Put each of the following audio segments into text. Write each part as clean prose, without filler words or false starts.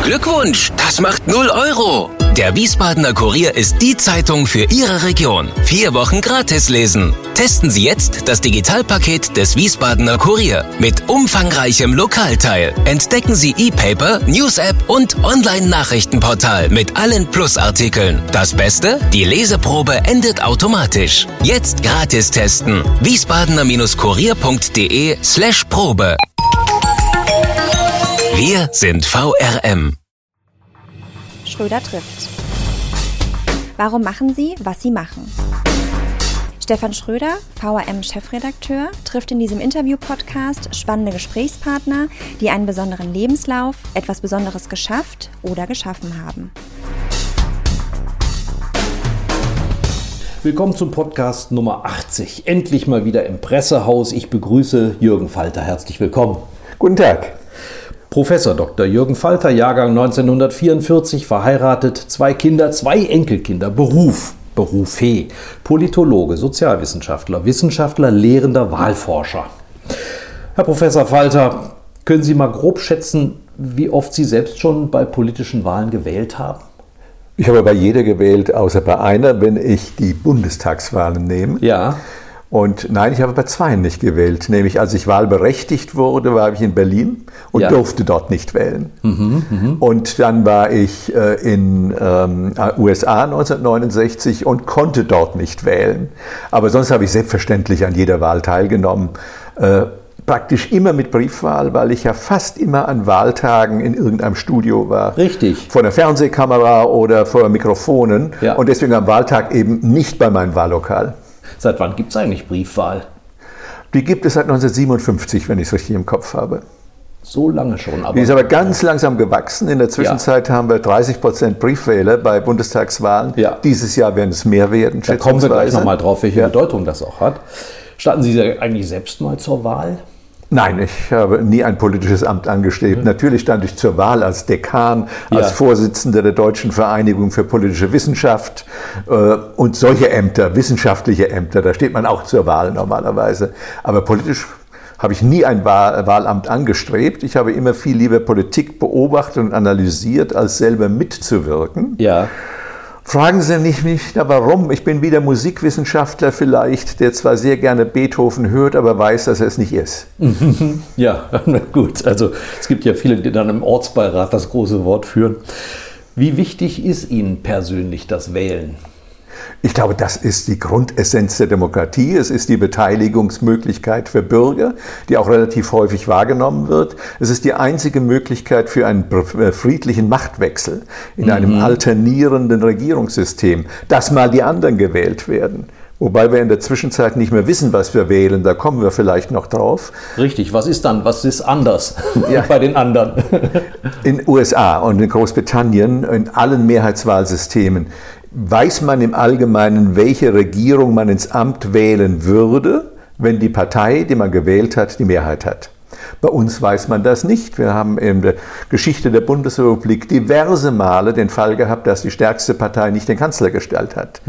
Glückwunsch, das macht 0 €. Der Wiesbadener Kurier ist die Zeitung für Ihre Region. 4 Wochen gratis lesen. Testen Sie jetzt das Digitalpaket des Wiesbadener Kurier mit umfangreichem Lokalteil. Entdecken Sie E-Paper, News-App und Online-Nachrichtenportal mit allen Plus-Artikeln. Das Beste? Die Leseprobe endet automatisch. Jetzt gratis testen. wiesbadener-kurier.de/Probe. Wir sind VRM. Schröder trifft. Warum machen Sie, was Sie machen? Stefan Schröder, VRM-Chefredakteur, trifft in diesem Interview-Podcast spannende Gesprächspartner, die einen besonderen Lebenslauf, etwas Besonderes geschafft oder geschaffen haben. Willkommen zum Podcast Nummer 80. Endlich mal wieder im Pressehaus. Ich begrüße Jürgen Falter. Herzlich willkommen. Guten Tag. Professor Dr. Jürgen Falter, Jahrgang 1944, verheiratet, 2 Kinder, 2 Enkelkinder, Berufe, Politologe, Sozialwissenschaftler, Wissenschaftler, Lehrender, Wahlforscher. Herr Professor Falter, können Sie mal grob schätzen, wie oft Sie selbst schon bei politischen Wahlen gewählt haben? Ich habe bei jeder gewählt, außer bei einer, wenn ich die Bundestagswahlen nehme. Ja. Und nein, ich habe bei 2 nicht gewählt. Nämlich als ich wahlberechtigt wurde, war ich in Berlin und durfte dort nicht wählen. Und dann war ich in USA 1969 und konnte dort nicht wählen. Aber sonst habe ich selbstverständlich an jeder Wahl teilgenommen. Praktisch immer mit Briefwahl, weil ich ja fast immer an Wahltagen in irgendeinem Studio war. Richtig. Vor der Fernsehkamera oder vor Mikrofonen. Ja. Und deswegen am Wahltag eben nicht bei meinem Wahllokal. Seit wann gibt es eigentlich Briefwahl? Die gibt es seit 1957, wenn ich es richtig im Kopf habe. So lange schon. Die ist aber ganz langsam gewachsen. In der Zwischenzeit haben wir 30% Briefwähler bei Bundestagswahlen. Ja. Dieses Jahr werden es mehr werden. Da kommen wir gleich nochmal drauf, welche Bedeutung das auch hat. Starten Sie eigentlich selbst mal zur Wahl? Nein, ich habe nie ein politisches Amt angestrebt. Natürlich stand ich zur Wahl als Dekan, als Vorsitzender der Deutschen Vereinigung für politische Wissenschaft und solche Ämter, wissenschaftliche Ämter, da steht man auch zur Wahl normalerweise. Aber politisch habe ich nie ein Wahlamt angestrebt. Ich habe immer viel lieber Politik beobachtet und analysiert, als selber mitzuwirken. Ja. Fragen Sie nicht mich, warum? Ich bin wieder Musikwissenschaftler vielleicht, der zwar sehr gerne Beethoven hört, aber weiß, dass er es nicht ist. Ja, gut. Also es gibt ja viele, die dann im Ortsbeirat das große Wort führen. Wie wichtig ist Ihnen persönlich das Wählen? Ich glaube, das ist die Grundessenz der Demokratie. Es ist die Beteiligungsmöglichkeit für Bürger, die auch relativ häufig wahrgenommen wird. Es ist die einzige Möglichkeit für einen friedlichen Machtwechsel in einem alternierenden Regierungssystem, dass mal die anderen gewählt werden. Wobei wir in der Zwischenzeit nicht mehr wissen, was wir wählen. Da kommen wir vielleicht noch drauf. Richtig. Was ist anders bei den anderen? In den USA und in Großbritannien, in allen Mehrheitswahlsystemen, weiß man im Allgemeinen, welche Regierung man ins Amt wählen würde, wenn die Partei, die man gewählt hat, die Mehrheit hat. Bei uns weiß man das nicht. Wir haben in der Geschichte der Bundesrepublik diverse Male den Fall gehabt, dass die stärkste Partei nicht den Kanzler gestellt hat.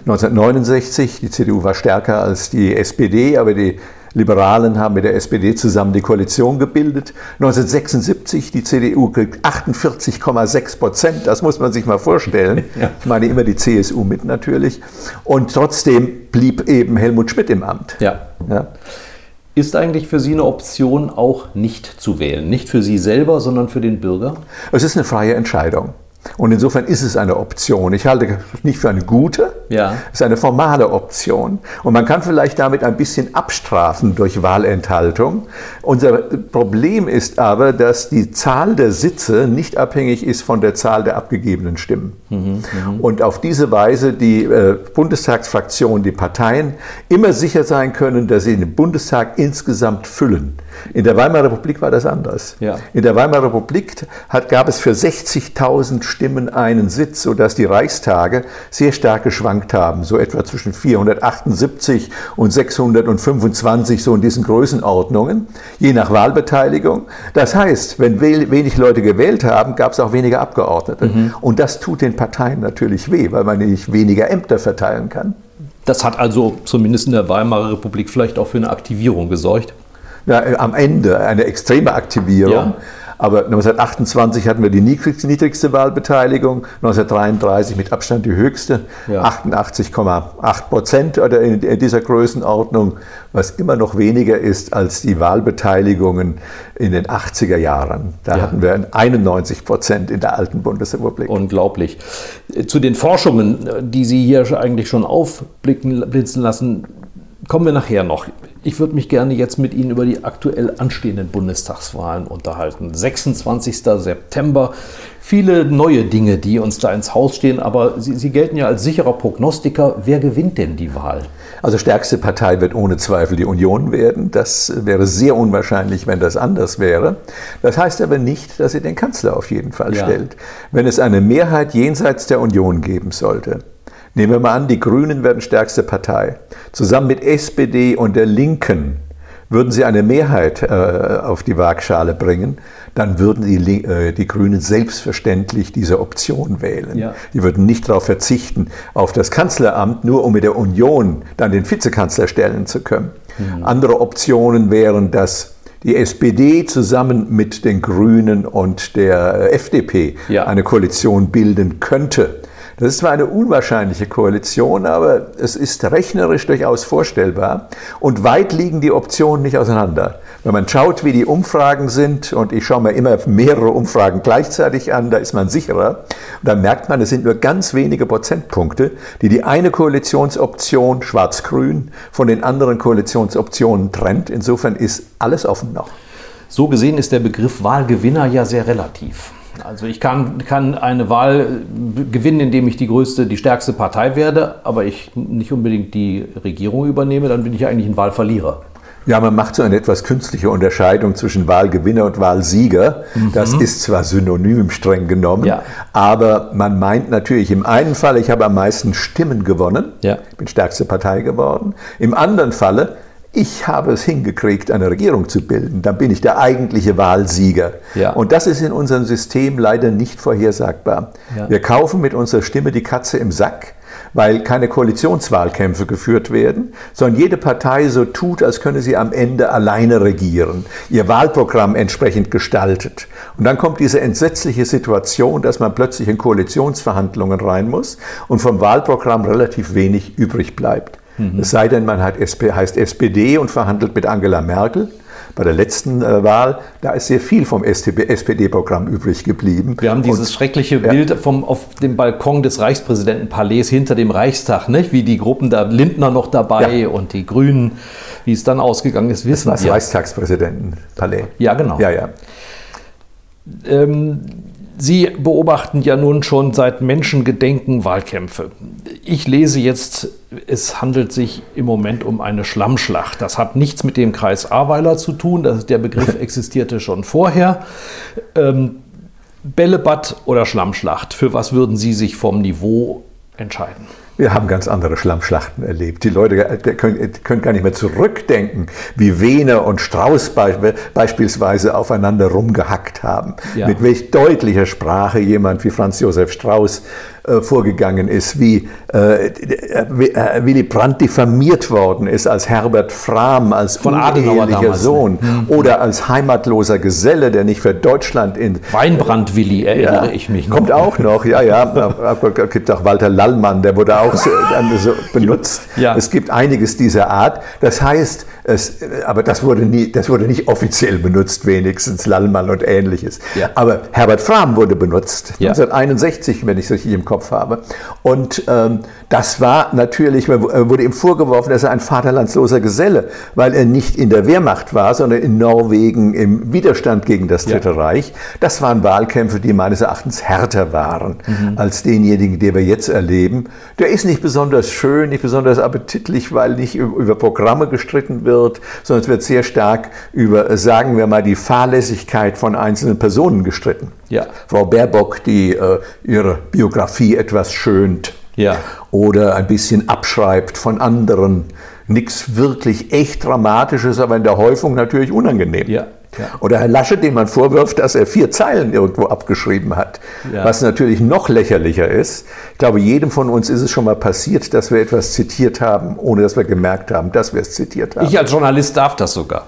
1969, die CDU war stärker als die SPD, aber die Liberalen haben mit der SPD zusammen die Koalition gebildet. 1976, die CDU kriegt 48,6%. Das muss man sich mal vorstellen. Ja. Ich meine immer die CSU mit natürlich. Und trotzdem blieb eben Helmut Schmidt im Amt. Ja. Ist eigentlich für Sie eine Option, auch nicht zu wählen? Nicht für Sie selber, sondern für den Bürger? Es ist eine freie Entscheidung. Und insofern ist es eine Option. Ich halte es nicht für eine gute, es ist eine formale Option. Und man kann vielleicht damit ein bisschen abstrafen durch Wahlenthaltung. Unser Problem ist aber, dass die Zahl der Sitze nicht abhängig ist von der Zahl der abgegebenen Stimmen. Und auf diese Weise die Bundestagsfraktionen, die Parteien immer sicher sein können, dass sie den Bundestag insgesamt füllen. In der Weimarer Republik war das anders. Ja. In der Weimarer Republik gab es für 60.000 Stimmen einen Sitz, sodass die Reichstage sehr stark geschwankt haben, so etwa zwischen 478 und 625, so in diesen Größenordnungen, je nach Wahlbeteiligung. Das heißt, wenn wenig Leute gewählt haben, gab es auch weniger Abgeordnete. Und das tut den Parteien natürlich weh, weil man nicht weniger Ämter verteilen kann. Das hat also zumindest in der Weimarer Republik vielleicht auch für eine Aktivierung gesorgt. Ja, am Ende eine extreme Aktivierung. Ja. Aber 1928 hatten wir die niedrigste Wahlbeteiligung, 1933 mit Abstand die höchste, 88,8% oder in dieser Größenordnung, was immer noch weniger ist als die Wahlbeteiligungen in den 80er Jahren. Da hatten wir 91% in der alten Bundesrepublik. Unglaublich. Zu den Forschungen, die Sie hier eigentlich schon aufblitzen lassen, kommen wir nachher noch. Ich würde mich gerne jetzt mit Ihnen über die aktuell anstehenden Bundestagswahlen unterhalten. 26. September. Viele neue Dinge, die uns da ins Haus stehen, aber Sie gelten ja als sicherer Prognostiker. Wer gewinnt denn die Wahl? Also stärkste Partei wird ohne Zweifel die Union werden. Das wäre sehr unwahrscheinlich, wenn das anders wäre. Das heißt aber nicht, dass sie den Kanzler auf jeden Fall stellt. Wenn es eine Mehrheit jenseits der Union geben sollte, nehmen wir mal an, die Grünen werden stärkste Partei. Zusammen mit SPD und der Linken würden sie eine Mehrheit auf die Waagschale bringen, dann würden die Grünen selbstverständlich diese Option wählen. Ja. Die würden nicht darauf verzichten, auf das Kanzleramt, nur um mit der Union dann den Vizekanzler stellen zu können. Andere Optionen wären, dass die SPD zusammen mit den Grünen und der FDP eine Koalition bilden könnte. Das ist zwar eine unwahrscheinliche Koalition, aber es ist rechnerisch durchaus vorstellbar und weit liegen die Optionen nicht auseinander. Wenn man schaut, wie die Umfragen sind, und ich schaue mir immer mehrere Umfragen gleichzeitig an, da ist man sicherer, und dann merkt man, es sind nur ganz wenige Prozentpunkte, die eine Koalitionsoption Schwarz-Grün von den anderen Koalitionsoptionen trennt. Insofern ist alles offen noch. So gesehen ist der Begriff Wahlgewinner ja sehr relativ. Also ich kann eine Wahl gewinnen, indem ich die stärkste Partei werde, aber ich nicht unbedingt die Regierung übernehme, dann bin ich eigentlich ein Wahlverlierer. Ja, man macht so eine etwas künstliche Unterscheidung zwischen Wahlgewinner und Wahlsieger. Das ist zwar synonym streng genommen, aber man meint natürlich im einen Fall, ich habe am meisten Stimmen gewonnen, ich bin stärkste Partei geworden. Im anderen Falle, ich habe es hingekriegt, eine Regierung zu bilden, dann bin ich der eigentliche Wahlsieger. Ja. Und das ist in unserem System leider nicht vorhersagbar. Ja. Wir kaufen mit unserer Stimme die Katze im Sack, weil keine Koalitionswahlkämpfe geführt werden, sondern jede Partei so tut, als könne sie am Ende alleine regieren, ihr Wahlprogramm entsprechend gestaltet. Und dann kommt diese entsetzliche Situation, dass man plötzlich in Koalitionsverhandlungen rein muss und vom Wahlprogramm relativ wenig übrig bleibt. Es sei denn, man heißt SPD und verhandelt mit Angela Merkel. Bei der letzten Wahl, da ist sehr viel vom SPD-Programm übrig geblieben. Wir haben dieses schreckliche Bild auf dem Balkon des Reichspräsidentenpalais hinter dem Reichstag, nicht? Wie die Gruppen da, Lindner noch dabei und die Grünen, wie es dann ausgegangen ist, wissen wir. Das Reichstagspräsidentenpalais. Ja, genau. Ja. Sie beobachten ja nun schon seit Menschengedenken Wahlkämpfe. Ich lese jetzt, es handelt sich im Moment um eine Schlammschlacht. Das hat nichts mit dem Kreis Ahrweiler zu tun, der Begriff existierte schon vorher. Bällebad oder Schlammschlacht, für was würden Sie sich vom Niveau entscheiden? Wir haben ganz andere Schlammschlachten erlebt. Die Leute können gar nicht mehr zurückdenken, wie Wehner und Strauß beispielsweise aufeinander rumgehackt haben. Ja. Mit welch deutlicher Sprache jemand wie Franz Josef Strauß vorgegangen ist, wie Willy Brandt diffamiert worden ist als Herbert Frahm, als unehelicher Sohn oder als heimatloser Geselle, der nicht für Deutschland in... Weinbrand Willy, erinnere ich mich noch. Kommt auch noch, Es gibt auch Walter Lallmann, der wurde auch so benutzt. Ja. Es gibt einiges dieser Art. Das heißt, aber das wurde nicht offiziell benutzt, wenigstens Lallmann und Ähnliches. Ja. Aber Herbert Frahm wurde benutzt, 1961, wenn ich es richtig im Kopf habe. Und das war natürlich, wurde ihm vorgeworfen, dass er ein vaterlandsloser Geselle, weil er nicht in der Wehrmacht war, sondern in Norwegen im Widerstand gegen das Dritte Reich. Das waren Wahlkämpfe, die meines Erachtens härter waren als denjenigen, die wir jetzt erleben. Der ist nicht besonders schön, nicht besonders appetitlich, weil nicht über Programme gestritten wird, sondern es wird sehr stark über, sagen wir mal, die Fahrlässigkeit von einzelnen Personen gestritten. Ja. Frau Baerbock, die ihre Biografie etwas schönt oder ein bisschen abschreibt von anderen. Nichts wirklich echt Dramatisches, aber in der Häufung natürlich unangenehm. Ja. Ja. Oder Herr Laschet, dem man vorwirft, dass er 4 Zeilen irgendwo abgeschrieben hat, was natürlich noch lächerlicher ist. Ich glaube, jedem von uns ist es schon mal passiert, dass wir etwas zitiert haben, ohne dass wir gemerkt haben, dass wir es zitiert haben. Ich als Journalist darf das sogar.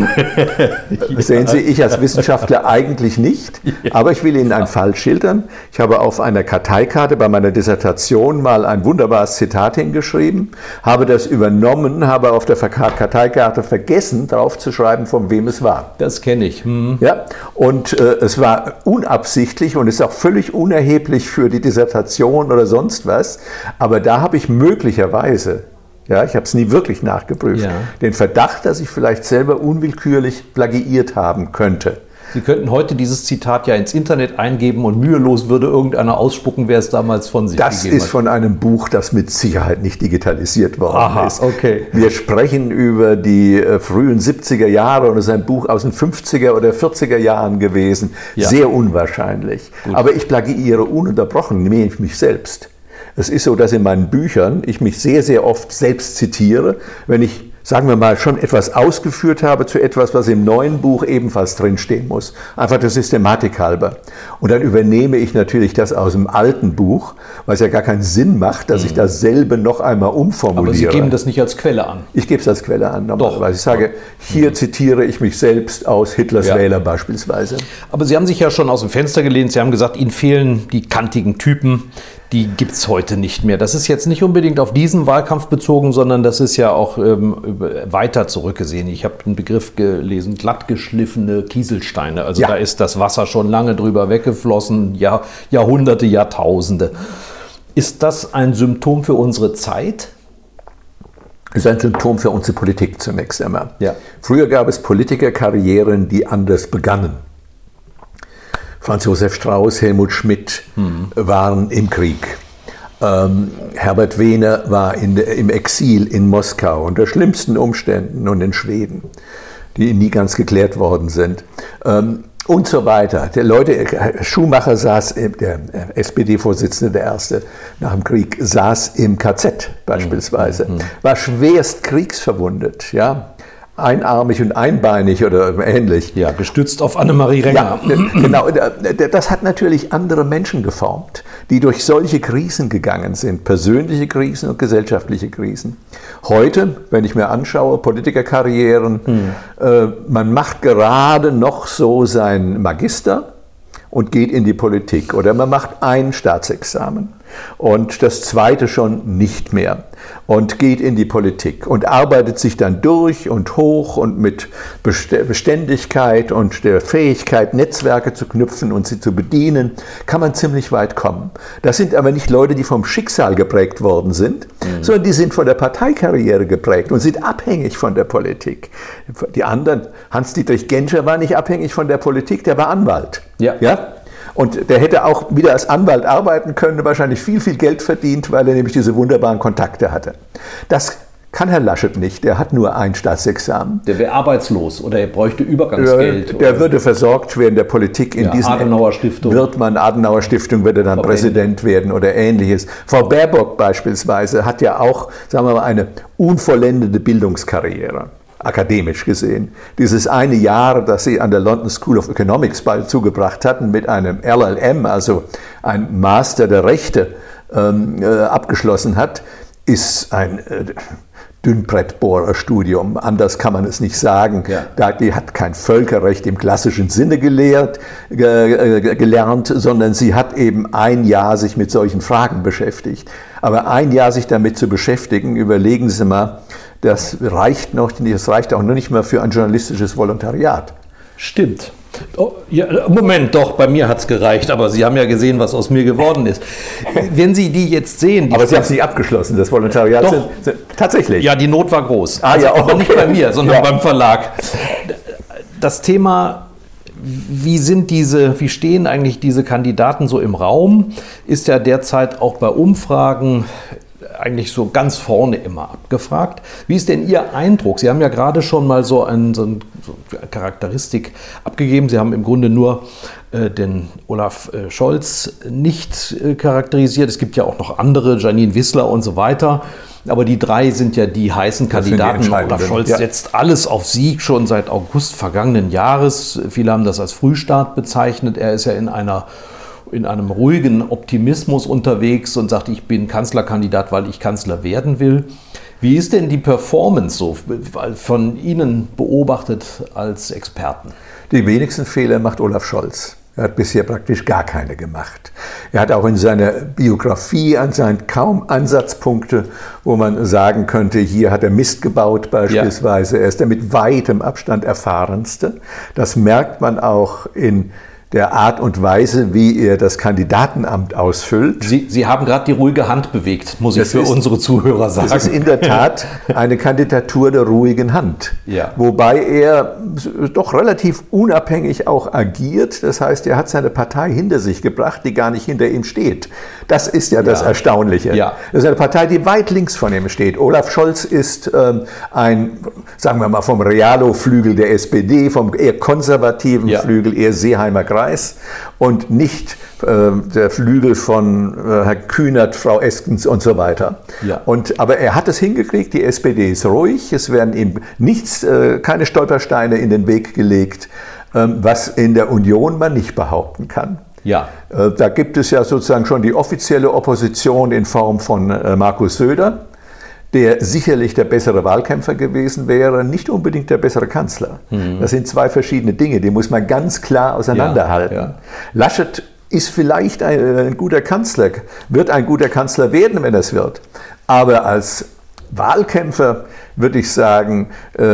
Sehen Sie, ich als Wissenschaftler eigentlich nicht, aber ich will Ihnen einen Fall schildern. Ich habe auf einer Karteikarte bei meiner Dissertation mal ein wunderbares Zitat hingeschrieben, habe das übernommen, habe auf der Karteikarte vergessen, draufzuschreiben, von wem es war. Das kenne ich. Ja, und es war unabsichtlich und ist auch völlig unerheblich für die Dissertation oder sonst was. Aber da habe ich möglicherweise, ja, ich habe es nie wirklich nachgeprüft, den Verdacht, dass ich vielleicht selber unwillkürlich plagiiert haben könnte. Sie könnten heute dieses Zitat ja ins Internet eingeben und mühelos würde irgendeiner ausspucken, wer es damals von sich gegeben hat. Das ist von einem Buch, das mit Sicherheit nicht digitalisiert worden ist. Okay. Wir sprechen über die frühen 70er Jahre und es ist ein Buch aus den 50er oder 40er Jahren gewesen. Ja. Sehr unwahrscheinlich. Gut. Aber ich plagiiere ununterbrochen, nämlich mich selbst. Es ist so, dass in meinen Büchern ich mich sehr, sehr oft selbst zitiere, wenn ich, sagen wir mal, schon etwas ausgeführt habe zu etwas, was im neuen Buch ebenfalls drinstehen muss. Einfach der Systematik halber. Und dann übernehme ich natürlich das aus dem alten Buch, weil es ja gar keinen Sinn macht, dass ich dasselbe noch einmal umformuliere. Aber Sie geben das nicht als Quelle an? Ich gebe es als Quelle an, normalerweise. Ich sage, hier zitiere ich mich selbst aus Hitlers Wähler beispielsweise. Aber Sie haben sich ja schon aus dem Fenster gelehnt. Sie haben gesagt, Ihnen fehlen die kantigen Typen. Die gibt es heute nicht mehr. Das ist jetzt nicht unbedingt auf diesen Wahlkampf bezogen, sondern das ist ja auch weiter zurückgesehen. Ich habe einen Begriff gelesen, glattgeschliffene Kieselsteine. Also da ist das Wasser schon lange drüber weggeflossen, Jahrhunderte, Jahrtausende. Ist das ein Symptom für unsere Zeit? Das ist ein Symptom für unsere Politik zunächst einmal. Ja. Früher gab es Politikerkarrieren, die anders begannen. Franz Josef Strauß, Helmut Schmidt waren im Krieg. Herbert Wehner war im Exil in Moskau unter schlimmsten Umständen und in Schweden, die nie ganz geklärt worden sind. Und so weiter. Schumacher saß, der SPD-Vorsitzende, der erste nach dem Krieg, saß im KZ beispielsweise, war schwerst kriegsverwundet, ja. Einarmig und einbeinig oder ähnlich. Ja, gestützt auf Annemarie Renger. Ja, genau. Das hat natürlich andere Menschen geformt, die durch solche Krisen gegangen sind, persönliche Krisen und gesellschaftliche Krisen. Heute, wenn ich mir anschaue, Politikerkarrieren, man macht gerade noch so sein Magister und geht in die Politik. Oder man macht ein Staatsexamen und das zweite schon nicht mehr und geht in die Politik und arbeitet sich dann durch und hoch und mit Beständigkeit und der Fähigkeit, Netzwerke zu knüpfen und sie zu bedienen, kann man ziemlich weit kommen. Das sind aber nicht Leute, die vom Schicksal geprägt worden sind, sondern die sind von der Parteikarriere geprägt und sind abhängig von der Politik. Die anderen, Hans-Dietrich Genscher war nicht abhängig von der Politik, der war Anwalt. Ja? Und der hätte auch wieder als Anwalt arbeiten können, wahrscheinlich viel, viel Geld verdient, weil er nämlich diese wunderbaren Kontakte hatte. Das kann Herr Laschet nicht, der hat nur ein Staatsexamen. Der wäre arbeitslos oder er bräuchte Übergangsgeld. Der würde versorgt werden, der Politik in diesen Adenauer Stiftung. Adenauer Stiftung würde dann Präsident werden oder ähnliches. Frau Baerbock beispielsweise hat ja auch, sagen wir mal, eine unvollendete Bildungskarriere. Akademisch gesehen. Dieses eine Jahr, das sie an der London School of Economics bald zugebracht hatten, mit einem LLM, also ein Master der Rechte, abgeschlossen hat, ist ein Dünnbrettbohrerstudium. Anders kann man es nicht sagen. Ja. Die hat kein Völkerrecht im klassischen Sinne gelernt, sondern sie hat eben ein Jahr sich mit solchen Fragen beschäftigt. Aber ein Jahr sich damit zu beschäftigen, überlegen Sie mal, das reicht auch noch nicht mal für ein journalistisches Volontariat. Stimmt. Oh, ja, Moment, doch, bei mir hat es gereicht, aber Sie haben ja gesehen, was aus mir geworden ist. Wenn Sie die jetzt sehen... Aber Sie haben es nicht abgeschlossen, das Volontariat sind tatsächlich. Ja, die Not war groß. Aber nicht bei mir, sondern beim Verlag. Das Thema, wie stehen eigentlich diese Kandidaten so im Raum, ist ja derzeit auch bei Umfragen eigentlich so ganz vorne immer abgefragt. Wie ist denn Ihr Eindruck? Sie haben ja gerade schon mal so eine Charakteristik abgegeben. Sie haben im Grunde nur den Olaf Scholz nicht charakterisiert. Es gibt ja auch noch andere, Janine Wissler und so weiter. Aber die drei sind ja die heißen Kandidaten. Olaf Scholz setzt alles auf Sieg schon seit August vergangenen Jahres. Viele haben das als Frühstart bezeichnet. Er ist ja in einem ruhigen Optimismus unterwegs und sagt, ich bin Kanzlerkandidat, weil ich Kanzler werden will. Wie ist denn die Performance so von Ihnen beobachtet als Experten? Die wenigsten Fehler macht Olaf Scholz. Er hat bisher praktisch gar keine gemacht. Er hat auch in seiner Biografie anscheinend kaum Ansatzpunkte, wo man sagen könnte, hier hat er Mist gebaut beispielsweise. Ja. Er ist der mit weitem Abstand erfahrenste. Das merkt man auch in der Art und Weise, wie er das Kandidatenamt ausfüllt. Sie haben gerade die ruhige Hand bewegt, muss ich für unsere Zuhörer sagen. Das ist in der Tat eine Kandidatur der ruhigen Hand, wobei er doch relativ unabhängig auch agiert. Das heißt, er hat seine Partei hinter sich gebracht, die gar nicht hinter ihm steht. Das ist ja das Erstaunliche. Ja. Das ist eine Partei, die weit links von ihm steht. Olaf Scholz ist sagen wir mal, vom Realo-Flügel der SPD, vom eher konservativen Flügel, eher Seeheimer Kreis und nicht der Flügel von Herr Kühnert, Frau Eskens und so weiter. Ja. Aber er hat es hingekriegt, die SPD ist ruhig, es werden ihm keine Stolpersteine in den Weg gelegt, was in der Union man nicht behaupten kann. Ja. Da gibt es ja sozusagen schon die offizielle Opposition in Form von Markus Söder, der sicherlich der bessere Wahlkämpfer gewesen wäre, nicht unbedingt der bessere Kanzler. Mhm. Das sind zwei verschiedene Dinge, die muss man ganz klar auseinanderhalten. Ja, ja. Laschet ist vielleicht ein guter Kanzler, wird ein guter Kanzler werden, wenn er es wird. Aber als Wahlkämpfer, würde ich sagen,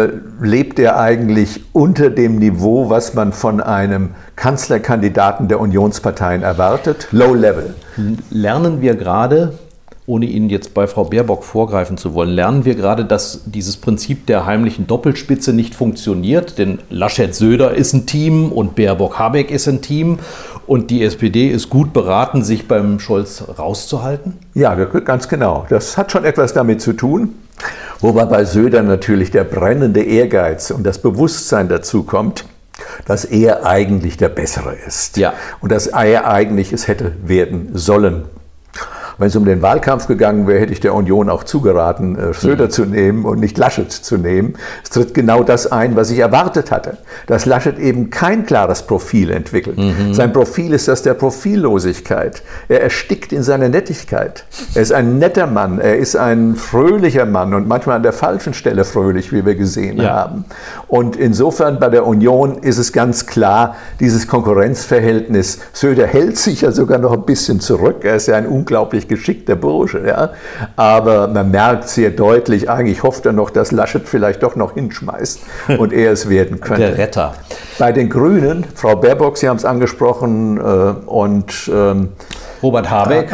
lebt er eigentlich unter dem Niveau, was man von einem Kanzlerkandidaten der Unionsparteien erwartet. Low level. Lernen wir gerade, ohne Ihnen jetzt bei Frau Baerbock vorgreifen zu wollen, lernen wir gerade, dass dieses Prinzip der heimlichen Doppelspitze nicht funktioniert. Denn Laschet-Söder ist ein Team und Baerbock-Habeck ist ein Team. Und die SPD ist gut beraten, sich beim Scholz rauszuhalten? Ja, ganz genau. Das hat schon etwas damit zu tun. Wobei bei Söder natürlich der brennende Ehrgeiz und das Bewusstsein dazu kommt, dass er eigentlich der Bessere ist. Ja. Und dass er eigentlich es hätte werden sollen. Wenn es um den Wahlkampf gegangen wäre, hätte ich der Union auch zugeraten, Söder zu nehmen und nicht Laschet zu nehmen. Es tritt genau das ein, was ich erwartet hatte, dass Laschet eben kein klares Profil entwickelt. Mhm. Sein Profil ist das der Profillosigkeit. Er erstickt in seiner Nettigkeit. Er ist ein netter Mann, er ist ein fröhlicher Mann und manchmal an der falschen Stelle fröhlich, wie wir gesehen haben. Und insofern bei der Union ist es ganz klar, dieses Konkurrenzverhältnis. Söder hält sich ja sogar noch ein bisschen zurück. Er ist ja ein unglaublich geschickter Bursche, ja. Aber man merkt sehr deutlich, eigentlich hofft er noch, dass Laschet vielleicht doch noch hinschmeißt und er es werden könnte. Der Retter. Bei den Grünen, Frau Baerbock, Sie haben es angesprochen, und Robert Habeck.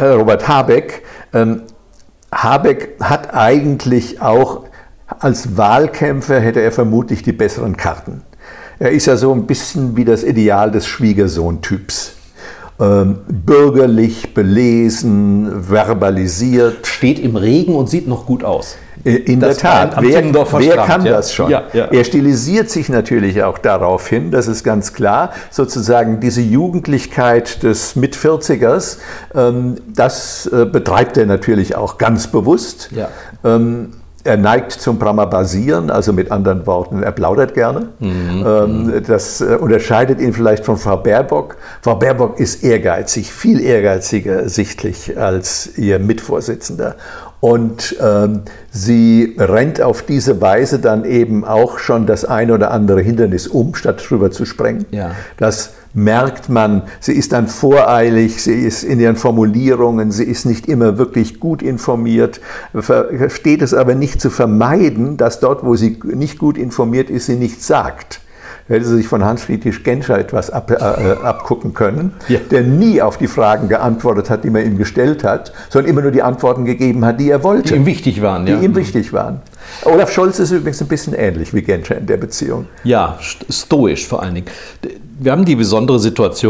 Habeck hat eigentlich auch als Wahlkämpfer, hätte er vermutlich die besseren Karten. Er ist ja so ein bisschen wie das Ideal des Schwiegersohn-Typs. Bürgerlich, belesen, verbalisiert. Steht im Regen und sieht noch gut aus. In der Tat, wer kann das schon? Ja, ja. Er stilisiert sich natürlich auch darauf hin, das ist ganz klar, sozusagen diese Jugendlichkeit des Mit-40ers, das betreibt er natürlich auch ganz bewusst. Ja. Er neigt zum Bramarbasieren, also mit anderen Worten, er plaudert gerne. Mhm. Das unterscheidet ihn vielleicht von Frau Baerbock. Frau Baerbock ist ehrgeizig, viel ehrgeiziger sichtlich als ihr Mitvorsitzender. Und sie rennt auf diese Weise dann eben auch schon das ein oder andere Hindernis statt drüber zu sprengen. Ja. Das merkt man, sie ist dann voreilig, sie ist in ihren Formulierungen, sie ist nicht immer wirklich gut informiert, versteht es aber nicht zu vermeiden, dass dort, wo sie nicht gut informiert ist, sie nichts sagt. Hätte sie sich von Hans-Friedrich Genscher etwas abgucken können, der nie auf die Fragen geantwortet hat, die man ihm gestellt hat, sondern immer nur die Antworten gegeben hat, die er wollte. Die ihm wichtig waren. Die ihm wichtig waren. Olaf Scholz ist übrigens ein bisschen ähnlich wie Genscher in der Beziehung. Ja, stoisch vor allen Dingen. Wir haben die besondere Situation,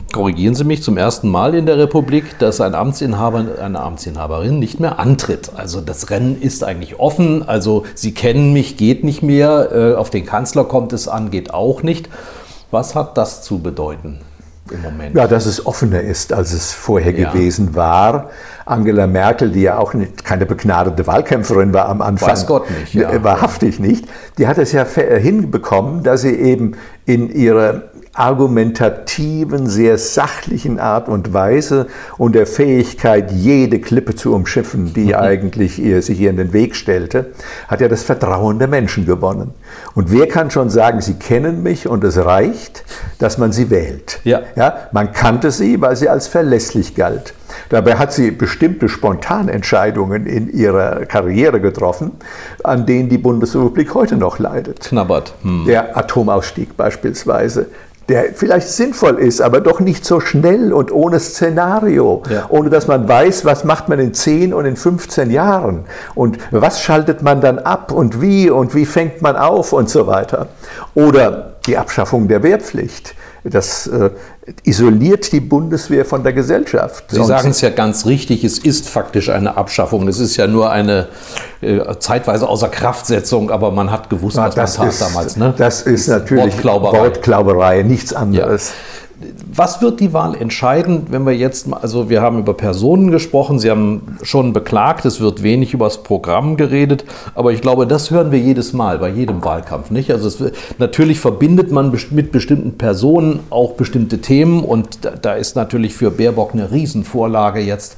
korrigieren Sie mich, zum ersten Mal in der Republik, dass ein Amtsinhaber, eine Amtsinhaberin nicht mehr antritt. Also das Rennen ist eigentlich offen. Also Sie kennen mich, geht nicht mehr. Auf den Kanzler kommt es an, geht auch nicht. Was hat das zu bedeuten im Moment? Ja, dass es offener ist, als es vorher gewesen war. Angela Merkel, die ja auch keine begnadete Wahlkämpferin war am Anfang. Weiß Gott nicht. Ja. Wahrhaftig nicht. Die hat es ja hinbekommen, dass sie eben in ihrer argumentativen, sehr sachlichen Art und Weise und der Fähigkeit, jede Klippe zu umschiffen, die eigentlich sich ihr in den Weg stellte, hat ja das Vertrauen der Menschen gewonnen. Und wer kann schon sagen, sie kennen mich und es reicht, dass man sie wählt? Ja, man kannte sie, weil sie als verlässlich galt. Dabei hat sie bestimmte Spontanentscheidungen in ihrer Karriere getroffen, an denen die Bundesrepublik heute noch leidet. Knabbert. Der Atomausstieg beispielsweise, der vielleicht sinnvoll ist, aber doch nicht so schnell und ohne Szenario, ohne dass man weiß, was macht man in 10 und in 15 Jahren und was schaltet man dann ab und wie fängt man auf und so weiter. Oder die Abschaffung der Wehrpflicht. Das isoliert die Bundeswehr von der Gesellschaft. Sie sagen es ja ganz richtig, es ist faktisch eine Abschaffung. Es ist ja nur eine zeitweise Außerkraftsetzung, aber man hat gewusst, was man tat damals. Ne? Das ist natürlich Wortklauberei, nichts anderes. Ja. Was wird die Wahl entscheiden, wenn wir jetzt, also wir haben über Personen gesprochen, Sie haben schon beklagt, es wird wenig über das Programm geredet, aber ich glaube, das hören wir jedes Mal, bei jedem Wahlkampf, nicht? Also natürlich verbindet man mit bestimmten Personen auch bestimmte Themen und da ist natürlich für Baerbock eine Riesenvorlage jetzt,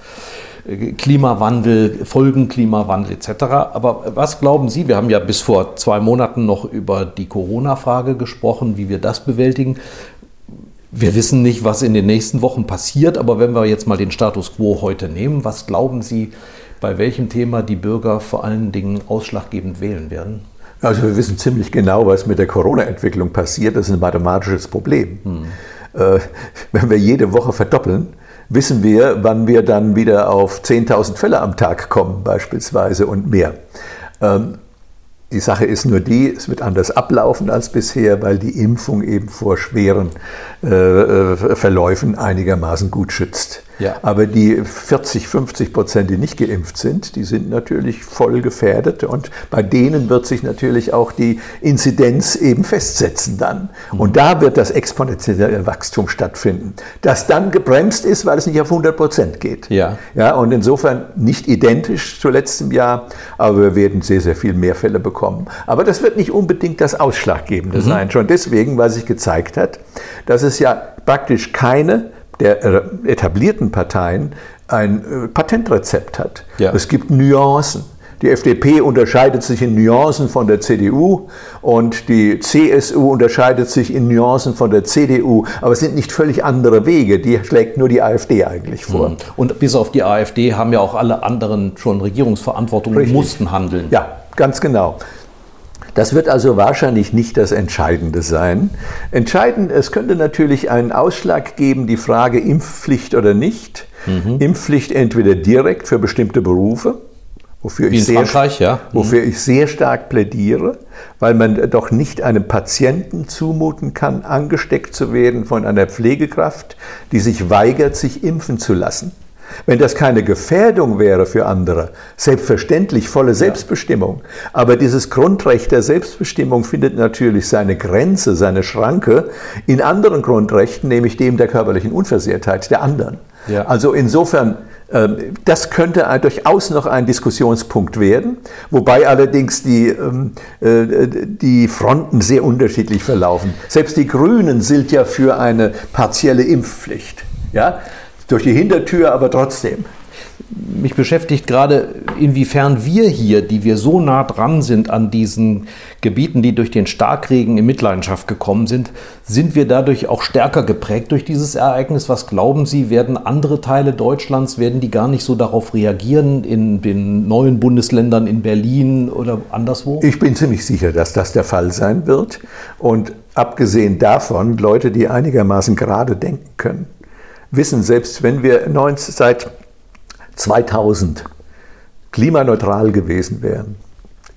Klimawandel, Folgen Klimawandel etc. Aber was glauben Sie, wir haben ja bis vor 2 Monaten noch über die Corona-Frage gesprochen, wie wir das bewältigen. Wir wissen nicht, was in den nächsten Wochen passiert, aber wenn wir jetzt mal den Status quo heute nehmen, was glauben Sie, bei welchem Thema die Bürger vor allen Dingen ausschlaggebend wählen werden? Also wir wissen ziemlich genau, was mit der Corona-Entwicklung passiert. Das ist ein mathematisches Problem. Wenn wir jede Woche verdoppeln, wissen wir, wann wir dann wieder auf 10.000 Fälle am Tag kommen beispielsweise und mehr. Die Sache ist nur die, es wird anders ablaufen als bisher, weil die Impfung eben vor schweren Verläufen einigermaßen gut schützt. Ja. Aber die 40-50%, die nicht geimpft sind, die sind natürlich voll gefährdet und bei denen wird sich natürlich auch die Inzidenz eben festsetzen dann. Und da wird das exponentielle Wachstum stattfinden, das dann gebremst ist, weil es nicht auf 100% geht. Ja. Ja, und insofern nicht identisch zu letztem Jahr, aber wir werden sehr, sehr viel mehr Fälle bekommen. Aber das wird nicht unbedingt das Ausschlaggebende sein, schon deswegen, weil sich gezeigt hat, dass es ja praktisch keine der etablierten Parteien ein Patentrezept hat. Ja. Es gibt Nuancen. Die FDP unterscheidet sich in Nuancen von der CDU und die CSU unterscheidet sich in Nuancen von der CDU. Aber es sind nicht völlig andere Wege. Die schlägt nur die AfD eigentlich vor. Und bis auf die AfD haben ja auch alle anderen schon Regierungsverantwortung und mussten handeln. Ja, ganz genau. Das wird also wahrscheinlich nicht das Entscheidende sein. Entscheidend, es könnte natürlich einen Ausschlag geben, die Frage Impfpflicht oder nicht. Impfpflicht entweder direkt für bestimmte Berufe, wofür ich sehr stark plädiere, weil man doch nicht einem Patienten zumuten kann, angesteckt zu werden von einer Pflegekraft, die sich weigert, sich impfen zu lassen. Wenn das keine Gefährdung wäre für andere, selbstverständlich volle Selbstbestimmung. Aber dieses Grundrecht der Selbstbestimmung findet natürlich seine Grenze, seine Schranke in anderen Grundrechten, nämlich dem der körperlichen Unversehrtheit der anderen. Ja. Also insofern, das könnte durchaus noch ein Diskussionspunkt werden, wobei allerdings die Fronten sehr unterschiedlich verlaufen. Selbst die Grünen sind ja für eine partielle Impfpflicht. Ja? Durch die Hintertür, aber trotzdem. Mich beschäftigt gerade, inwiefern wir hier, die wir so nah dran sind an diesen Gebieten, die durch den Starkregen in Mitleidenschaft gekommen sind, sind wir dadurch auch stärker geprägt durch dieses Ereignis? Was glauben Sie, werden andere Teile Deutschlands, werden die gar nicht so darauf reagieren in den neuen Bundesländern, in Berlin oder anderswo? Ich bin ziemlich sicher, dass das der Fall sein wird. Und abgesehen davon, Leute, die einigermaßen gerade denken können, wissen, selbst wenn wir seit 2000 klimaneutral gewesen wären,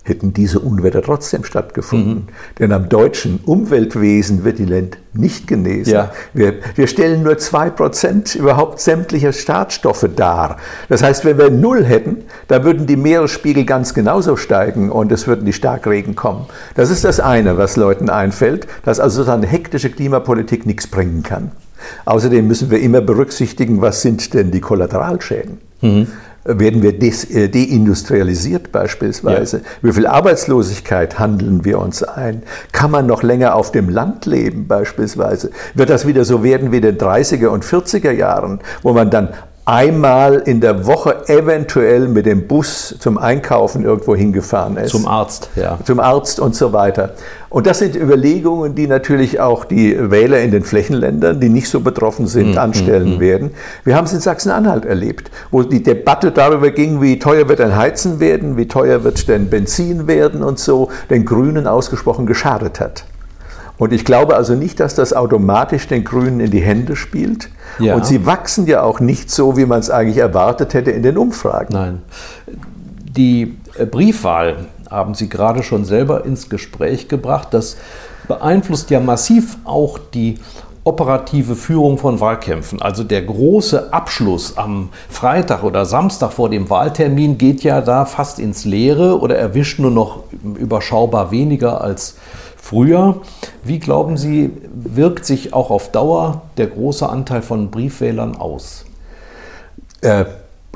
hätten diese Unwetter trotzdem stattgefunden. Denn am deutschen Umweltwesen wird die Land nicht genesen. Ja. Wir stellen nur 2% überhaupt sämtlicher Schadstoffe dar. Das heißt, wenn wir 0 hätten, dann würden die Meeresspiegel ganz genauso steigen und es würden die Starkregen kommen. Das ist das eine, was Leuten einfällt, dass also so eine hektische Klimapolitik nichts bringen kann. Außerdem müssen wir immer berücksichtigen, was sind denn die Kollateralschäden? Werden wir deindustrialisiert beispielsweise? Ja. Wie viel Arbeitslosigkeit handeln wir uns ein? Kann man noch länger auf dem Land leben beispielsweise? Wird das wieder so werden wie in den 30er und 40er Jahren, wo man dann einmal in der Woche eventuell mit dem Bus zum Einkaufen irgendwo hingefahren ist? Zum Arzt, ja. Zum Arzt und so weiter. Und das sind Überlegungen, die natürlich auch die Wähler in den Flächenländern, die nicht so betroffen sind, anstellen werden. Wir haben es in Sachsen-Anhalt erlebt, wo die Debatte darüber ging, wie teuer wird ein Heizen werden, wie teuer wird denn Benzin werden und so, den Grünen ausgesprochen geschadet hat. Und ich glaube also nicht, dass das automatisch den Grünen in die Hände spielt. Ja. Und sie wachsen ja auch nicht so, wie man es eigentlich erwartet hätte in den Umfragen. Nein. Die Briefwahl haben Sie gerade schon selber ins Gespräch gebracht. Das beeinflusst ja massiv auch die operative Führung von Wahlkämpfen. Also der große Abschluss am Freitag oder Samstag vor dem Wahltermin geht ja da fast ins Leere oder erwischt nur noch überschaubar weniger als früher. Wie glauben Sie, wirkt sich auch auf Dauer der große Anteil von Briefwählern aus? Er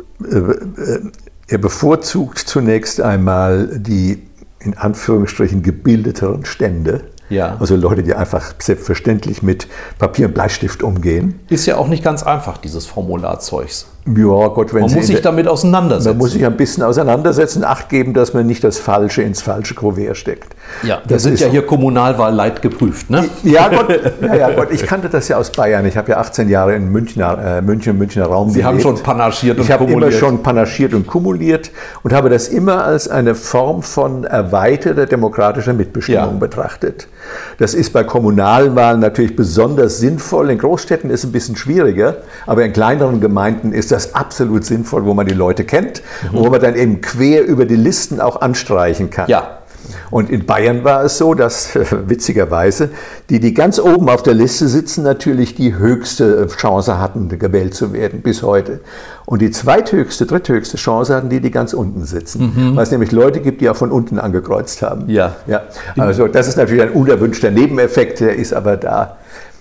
bevorzugt zunächst einmal die in Anführungsstrichen gebildeteren Stände. Ja. Also Leute, die einfach selbstverständlich mit Papier und Bleistift umgehen. Ist ja auch nicht ganz einfach, dieses Formularzeugs. Ja, Gott, wenn man muss sich damit auseinandersetzen. Man muss sich ein bisschen auseinandersetzen, Acht geben, dass man nicht das Falsche ins falsche Kuvert steckt. Ja, das sind ja hier Kommunalwahl-Leit geprüft, ne? Ja, Gott, ich kannte das ja aus Bayern. Ich habe ja 18 Jahre in Münchner Raum Sie haben schon panaschiert und kumuliert. Ich habe immer schon panaschiert und kumuliert und habe das immer als eine Form von erweiterter demokratischer Mitbestimmung betrachtet. Das ist bei Kommunalwahlen natürlich besonders sinnvoll. In Großstädten ist es ein bisschen schwieriger, aber in kleineren Gemeinden ist das absolut sinnvoll, wo man die Leute kennt und wo man dann eben quer über die Listen auch anstreichen kann. Ja. Und in Bayern war es so, dass witzigerweise die ganz oben auf der Liste sitzen, natürlich die höchste Chance hatten, gewählt zu werden bis heute. Und die dritthöchste Chance hatten die ganz unten sitzen. Weil es nämlich Leute gibt, die auch von unten angekreuzt haben. Ja. Also das ist natürlich ein unerwünschter Nebeneffekt, der ist aber da.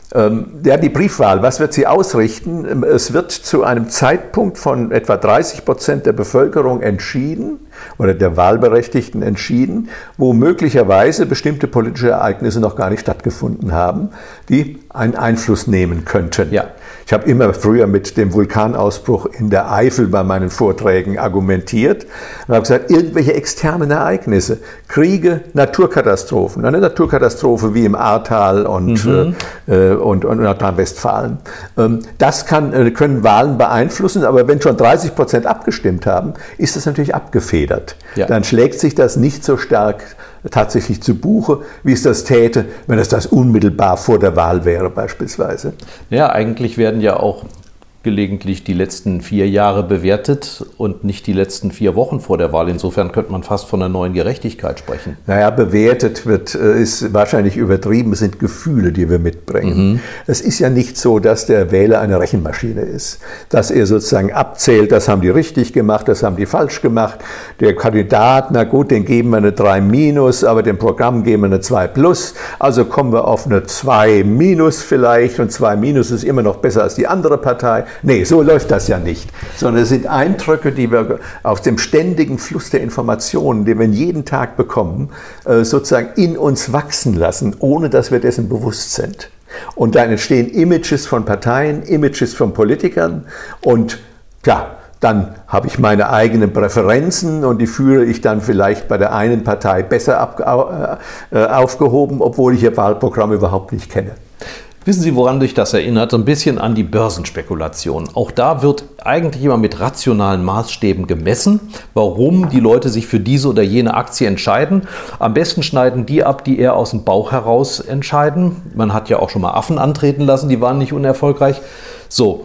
Die Briefwahl, was wird sie ausrichten? Es wird zu einem Zeitpunkt von etwa 30% der Bevölkerung entschieden oder der Wahlberechtigten entschieden, wo möglicherweise bestimmte politische Ereignisse noch gar nicht stattgefunden haben, die einen Einfluss nehmen könnten. Ja. Ich habe immer früher mit dem Vulkanausbruch in der Eifel bei meinen Vorträgen argumentiert und habe gesagt, irgendwelche externen Ereignisse, Kriege, Naturkatastrophen, eine Naturkatastrophe wie im Ahrtal und Nordrhein-Westfalen. Das können Wahlen beeinflussen, aber wenn schon 30% abgestimmt haben, ist das natürlich abgefedert. Ja. Dann schlägt sich das nicht so stark tatsächlich zu Buche, wie es das täte, wenn es das unmittelbar vor der Wahl wäre beispielsweise. Ja, eigentlich werden ja auch gelegentlich die letzten 4 Jahre bewertet und nicht die letzten 4 Wochen vor der Wahl. Insofern könnte man fast von einer neuen Gerechtigkeit sprechen. Naja, bewertet ist wahrscheinlich übertrieben, es sind Gefühle, die wir mitbringen. Es ist ja nicht so, dass der Wähler eine Rechenmaschine ist, dass er sozusagen abzählt, das haben die richtig gemacht, das haben die falsch gemacht. Der Kandidat, na gut, den geben wir eine 3-, aber dem Programm geben wir eine 2+. Also kommen wir auf eine 2- vielleicht und 2- ist immer noch besser als die andere Partei. Nee, so läuft das ja nicht, sondern es sind Eindrücke, die wir aus dem ständigen Fluss der Informationen, den wir jeden Tag bekommen, sozusagen in uns wachsen lassen, ohne dass wir dessen bewusst sind. Und dann entstehen Images von Parteien, Images von Politikern und ja, dann habe ich meine eigenen Präferenzen und die führe ich dann vielleicht bei der einen Partei besser aufgehoben, obwohl ich ihr Wahlprogramm überhaupt nicht kenne. Wissen Sie, woran dich das erinnert? So ein bisschen an die Börsenspekulation. Auch da wird eigentlich immer mit rationalen Maßstäben gemessen, warum die Leute sich für diese oder jene Aktie entscheiden. Am besten schneiden die ab, die eher aus dem Bauch heraus entscheiden. Man hat ja auch schon mal Affen antreten lassen, die waren nicht unerfolgreich. So,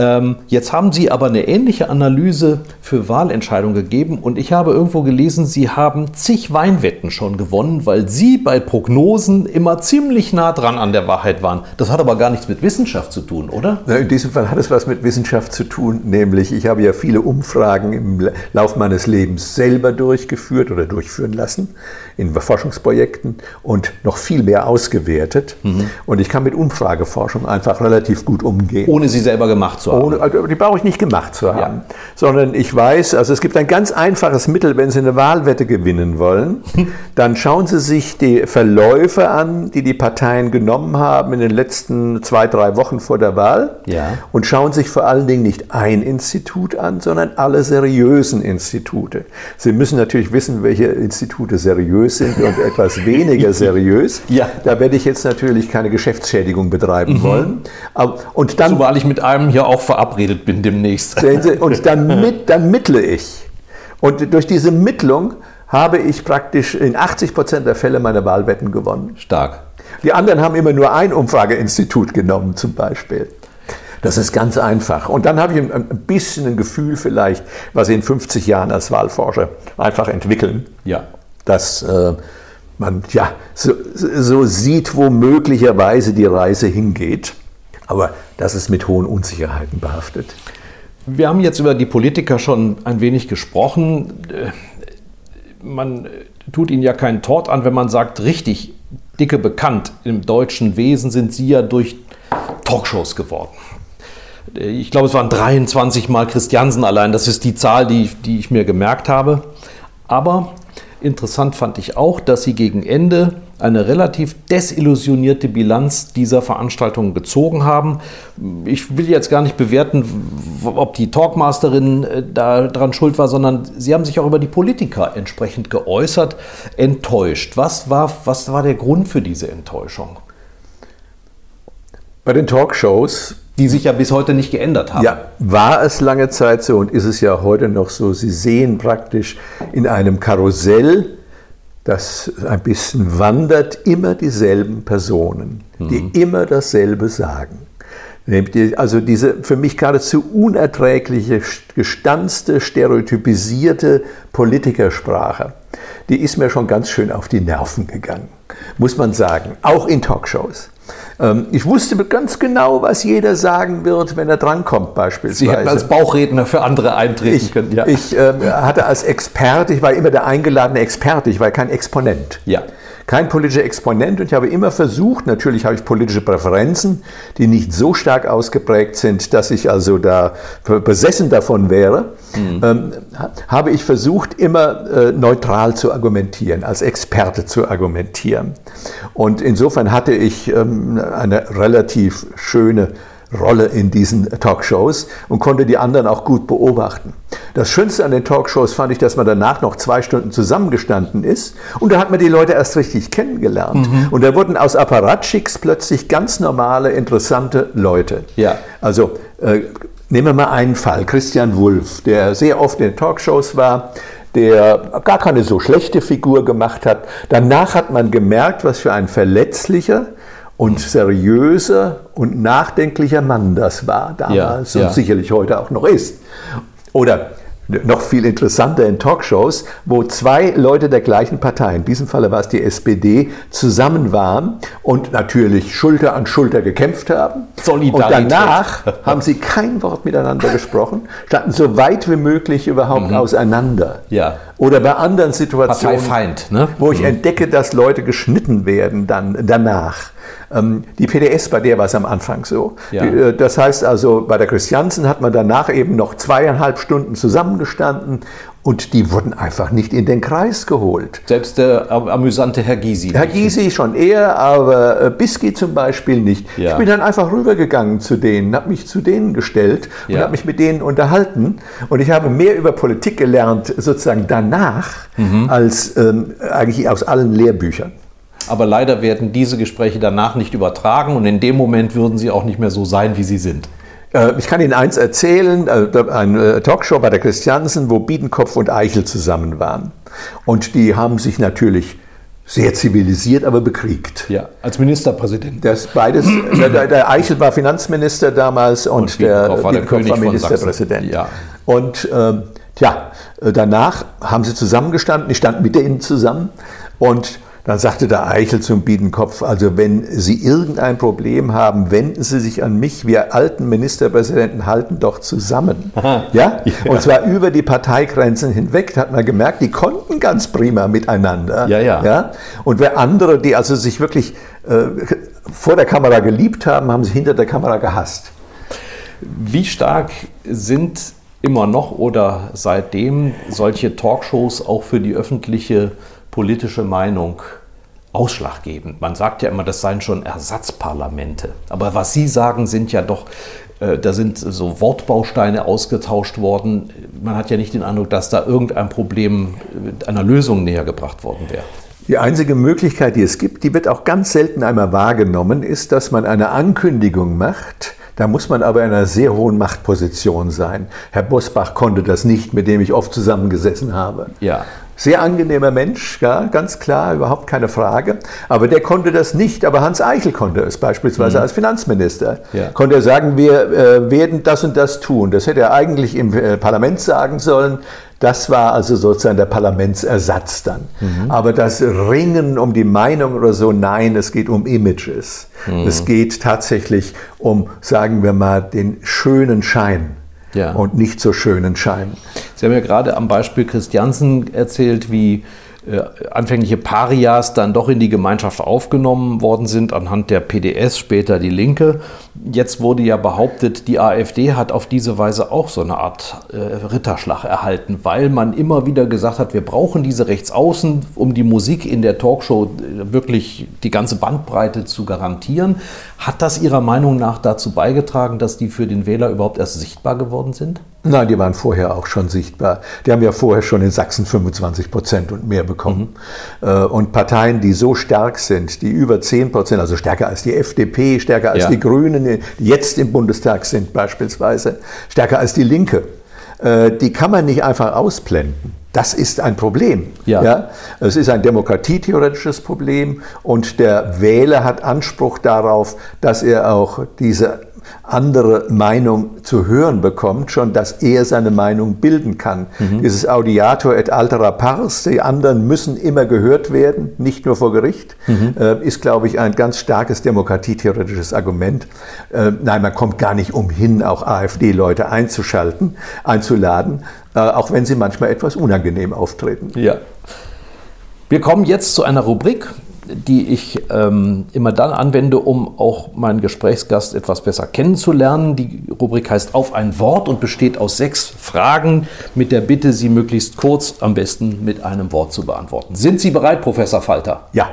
Jetzt haben Sie aber eine ähnliche Analyse für Wahlentscheidungen gegeben und ich habe irgendwo gelesen, Sie haben zig Weinwetten schon gewonnen, weil Sie bei Prognosen immer ziemlich nah dran an der Wahrheit waren. Das hat aber gar nichts mit Wissenschaft zu tun, oder? In diesem Fall hat es was mit Wissenschaft zu tun, nämlich ich habe ja viele Umfragen im Lauf meines Lebens selber durchgeführt oder durchführen lassen in Forschungsprojekten und noch viel mehr ausgewertet. Und ich kann mit Umfrageforschung einfach relativ gut umgehen. Ohne sie selber gemacht zu haben. Die brauche ich nicht gemacht zu haben, sondern ich weiß, also es gibt ein ganz einfaches Mittel, wenn Sie eine Wahlwette gewinnen wollen, dann schauen Sie sich die Verläufe an, die die Parteien genommen haben in den letzten 2-3 Wochen vor der Wahl und schauen sich vor allen Dingen nicht ein Institut an, sondern alle seriösen Institute. Sie müssen natürlich wissen, welche Institute seriös sind und etwas weniger seriös. Da werde ich jetzt natürlich keine Geschäftsschädigung betreiben wollen. Und dann, zumal ich mit einem hier auch verabredet bin demnächst. Und dann mittle ich. Und durch diese Mittlung habe ich praktisch in 80% der Fälle meine Wahlwetten gewonnen. Stark. Die anderen haben immer nur ein Umfrageinstitut genommen zum Beispiel. Das ist ganz einfach. Und dann habe ich ein bisschen ein Gefühl vielleicht, was Sie in 50 Jahren als Wahlforscher einfach entwickeln. Dass man so sieht, wo möglicherweise die Reise hingeht. Aber das ist mit hohen Unsicherheiten behaftet. Wir haben jetzt über die Politiker schon ein wenig gesprochen. Man tut ihnen ja keinen Tort an, wenn man sagt, richtig dicke bekannt im deutschen Wesen sind sie ja durch Talkshows geworden. Ich glaube, es waren 23 Mal Christiansen allein. Das ist die Zahl, die ich mir gemerkt habe. Aber interessant fand ich auch, dass sie gegen Ende eine relativ desillusionierte Bilanz dieser Veranstaltung gezogen haben. Ich will jetzt gar nicht bewerten, ob die Talkmasterin daran schuld war, sondern sie haben sich auch über die Politiker entsprechend geäußert, enttäuscht. Was war der Grund für diese Enttäuschung? Bei den Talkshows, die sich ja bis heute nicht geändert haben. War es lange Zeit so und ist es ja heute noch so. Sie sehen praktisch in einem Karussell, das ein bisschen wandert, immer dieselben Personen, die immer dasselbe sagen. Also diese für mich geradezu unerträgliche, gestanzte, stereotypisierte Politikersprache, die ist mir schon ganz schön auf die Nerven gegangen, muss man sagen, auch in Talkshows. Ich wusste ganz genau, was jeder sagen wird, wenn er drankommt beispielsweise. Sie hätten als Bauchredner für andere eintreten können. Ich hatte als Experte, ich war immer der eingeladene Experte, ich war kein Exponent. Kein politischer Exponent und ich habe immer versucht, natürlich habe ich politische Präferenzen, die nicht so stark ausgeprägt sind, dass ich also da besessen davon wäre, habe ich versucht, immer neutral zu argumentieren, als Experte zu argumentieren. Und insofern hatte ich eine relativ schöne Rolle in diesen Talkshows und konnte die anderen auch gut beobachten. Das Schönste an den Talkshows fand ich, dass man danach noch 2 Stunden zusammengestanden ist und da hat man die Leute erst richtig kennengelernt. Und da wurden aus Apparatschicks plötzlich ganz normale, interessante Leute. Also nehmen wir mal einen Fall, Christian Wulff, der sehr oft in den Talkshows war, der gar keine so schlechte Figur gemacht hat. Danach hat man gemerkt, was für ein verletzlicher und seriöser und nachdenklicher Mann das war damals und sicherlich heute auch noch ist. Oder noch viel interessanter in Talkshows, wo 2 Leute der gleichen Partei, in diesem Falle war es die SPD, zusammen waren und natürlich Schulter an Schulter gekämpft haben. Solidarität. Und danach haben sie kein Wort miteinander gesprochen, standen so weit wie möglich überhaupt auseinander. Oder bei anderen Situationen, Parteifeind, ne? Wo ich entdecke, dass Leute geschnitten werden dann danach. Die PDS, bei der war es am Anfang so. Das heißt also, bei der Christiansen hat man danach eben noch 2,5 Stunden zusammengestanden und die wurden einfach nicht in den Kreis geholt. Selbst der amüsante Herr Gysi. Herr Gysi schon eher, aber Bisky zum Beispiel nicht. Ich bin dann einfach rübergegangen zu denen, habe mich zu denen gestellt und habe mich mit denen unterhalten. Und ich habe mehr über Politik gelernt, sozusagen danach, als eigentlich aus allen Lehrbüchern. Aber leider werden diese Gespräche danach nicht übertragen und in dem Moment würden sie auch nicht mehr so sein, wie sie sind. Ich kann Ihnen eins erzählen, eine Talkshow bei der Christiansen, wo Biedenkopf und Eichel zusammen waren. Und die haben sich natürlich Sehr zivilisiert, aber bekriegt. Ja, als Ministerpräsident. Das beides, der Eichel war Finanzminister damals und der Biedenkopf war Ministerpräsident. Ja. Und danach haben sie zusammengestanden, ich stand mit denen zusammen und dann sagte der Eichel zum Biedenkopf, also wenn Sie irgendein Problem haben, wenden Sie sich an mich. Wir alten Ministerpräsidenten halten doch zusammen. Ja? Und zwar über die Parteigrenzen hinweg. Da hat man gemerkt, die konnten ganz prima miteinander. Ja? Und wer andere, die also sich wirklich vor der Kamera geliebt haben, haben sich hinter der Kamera gehasst. Wie stark sind immer noch oder seitdem solche Talkshows auch für die öffentliche politische Meinung ausschlaggebend? Man sagt ja immer, das seien schon Ersatzparlamente. Aber was Sie sagen, sind ja doch, da sind so Wortbausteine ausgetauscht worden. Man hat ja nicht den Eindruck, dass da irgendein Problem einer Lösung näher gebracht worden wäre. Die einzige Möglichkeit, die es gibt, die wird auch ganz selten einmal wahrgenommen, ist, dass man eine Ankündigung macht. Da muss man aber in einer sehr hohen Machtposition sein. Herr Bosbach konnte das nicht, mit dem ich oft zusammengesessen habe. Ja. Sehr angenehmer Mensch, ja, ganz klar, überhaupt keine Frage. Aber der konnte das nicht. Aber Hans Eichel konnte es beispielsweise als Finanzminister. Ja. Konnte er sagen, wir werden das und das tun. Das hätte er eigentlich im Parlament sagen sollen. Das war also sozusagen der Parlamentsersatz dann. Aber das Ringen um die Meinung oder so, nein, es geht um Images. Es geht tatsächlich um, sagen wir mal, den schönen Schein. Ja. Und nicht so schönen Schein. Sie haben ja gerade am Beispiel Christiansen erzählt, wie anfängliche Parias dann doch in die Gemeinschaft aufgenommen worden sind, anhand der PDS, später die Linke. Jetzt wurde ja behauptet, die AfD hat auf diese Weise auch so eine Art Ritterschlag erhalten, weil man immer wieder gesagt hat, wir brauchen diese Rechtsaußen, um die Musik in der Talkshow wirklich die ganze Bandbreite zu garantieren. Hat das Ihrer Meinung nach dazu beigetragen, dass die für den Wähler überhaupt erst sichtbar geworden sind? Nein, die waren vorher auch schon sichtbar. Die haben ja vorher schon in Sachsen 25% und mehr bekommen. Und Parteien, die so stark sind, die über 10%, also stärker als die FDP, stärker als die Grünen, die jetzt im Bundestag sind beispielsweise, stärker als die Linke, die kann man nicht einfach ausblenden. Das ist ein Problem. Ja. Es ist ein demokratietheoretisches Problem und der Wähler hat Anspruch darauf, dass er auch diese andere Meinung zu hören bekommt, schon dass er seine Meinung bilden kann. Dieses Audiatur et altera pars, die anderen müssen immer gehört werden, nicht nur vor Gericht, ist, glaube ich, ein ganz starkes demokratietheoretisches Argument. Nein, man kommt gar nicht umhin, auch AfD-Leute einzuladen, auch wenn sie manchmal etwas unangenehm auftreten. Ja. Wir kommen jetzt zu einer Rubrik, die ich immer dann anwende, um auch meinen Gesprächsgast etwas besser kennenzulernen. Die Rubrik heißt Auf ein Wort und besteht aus 6 Fragen mit der Bitte, sie möglichst kurz, am besten mit einem Wort zu beantworten. Sind Sie bereit, Professor Falter? Ja.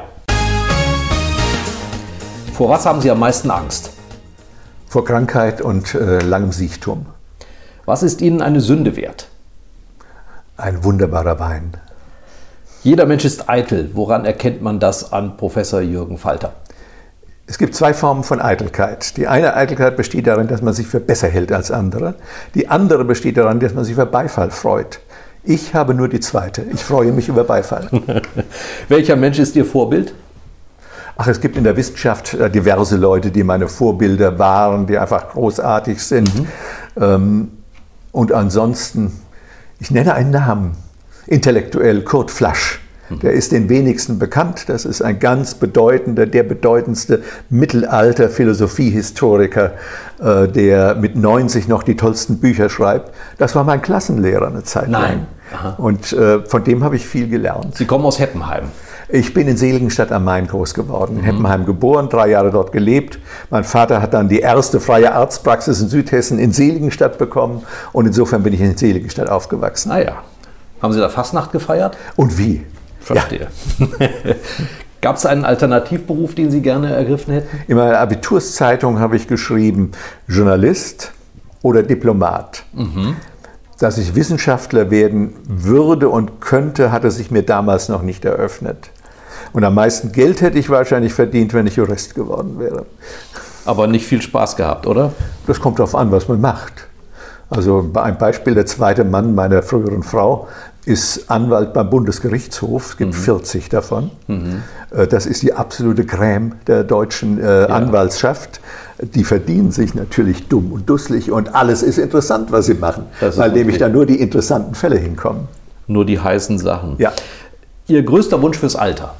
Vor was haben Sie am meisten Angst? Vor Krankheit und langem Siechtum. Was ist Ihnen eine Sünde wert? Ein wunderbarer Wein. Jeder Mensch ist eitel. Woran erkennt man das an Professor Jürgen Falter? Es gibt 2 Formen von Eitelkeit. Die eine Eitelkeit besteht darin, dass man sich für besser hält als andere. Die andere besteht darin, dass man sich über Beifall freut. Ich habe nur die zweite. Ich freue mich über Beifall. Welcher Mensch ist Ihr Vorbild? Ach, es gibt in der Wissenschaft diverse Leute, die meine Vorbilder waren, die einfach großartig sind. Und ansonsten, ich nenne einen Namen. Intellektuell Kurt Flasch. Der ist den wenigsten bekannt. Das ist ein ganz bedeutender, der bedeutendste Mittelalter-Philosophiehistoriker, der mit 90 noch die tollsten Bücher schreibt. Das war mein Klassenlehrer eine Zeit lang. Und von dem habe ich viel gelernt. Sie kommen aus Heppenheim. Ich bin in Seligenstadt am Main groß geworden, in Heppenheim geboren, 3 Jahre dort gelebt. Mein Vater hat dann die erste freie Arztpraxis in Südhessen in Seligenstadt bekommen und insofern bin ich in Seligenstadt aufgewachsen. Ah ja. Haben Sie da Fastnacht gefeiert? Und wie? Verstehe. Ja. Gab es einen Alternativberuf, den Sie gerne ergriffen hätten? In meiner Abiturszeitung habe ich geschrieben, Journalist oder Diplomat. Dass ich Wissenschaftler werden würde und könnte, hatte sich mir damals noch nicht eröffnet. Und am meisten Geld hätte ich wahrscheinlich verdient, wenn ich Jurist geworden wäre. Aber nicht viel Spaß gehabt, oder? Das kommt darauf an, was man macht. Also ein Beispiel, der zweite Mann meiner früheren Frau ist Anwalt beim Bundesgerichtshof, es gibt 40 davon. Das ist die absolute Crème der deutschen Anwaltschaft. Die verdienen sich natürlich dumm und dusselig und alles ist interessant, was sie machen, weil nämlich da nur die interessanten Fälle hinkommen. Nur die heißen Sachen. Ja. Ihr größter Wunsch fürs Alter?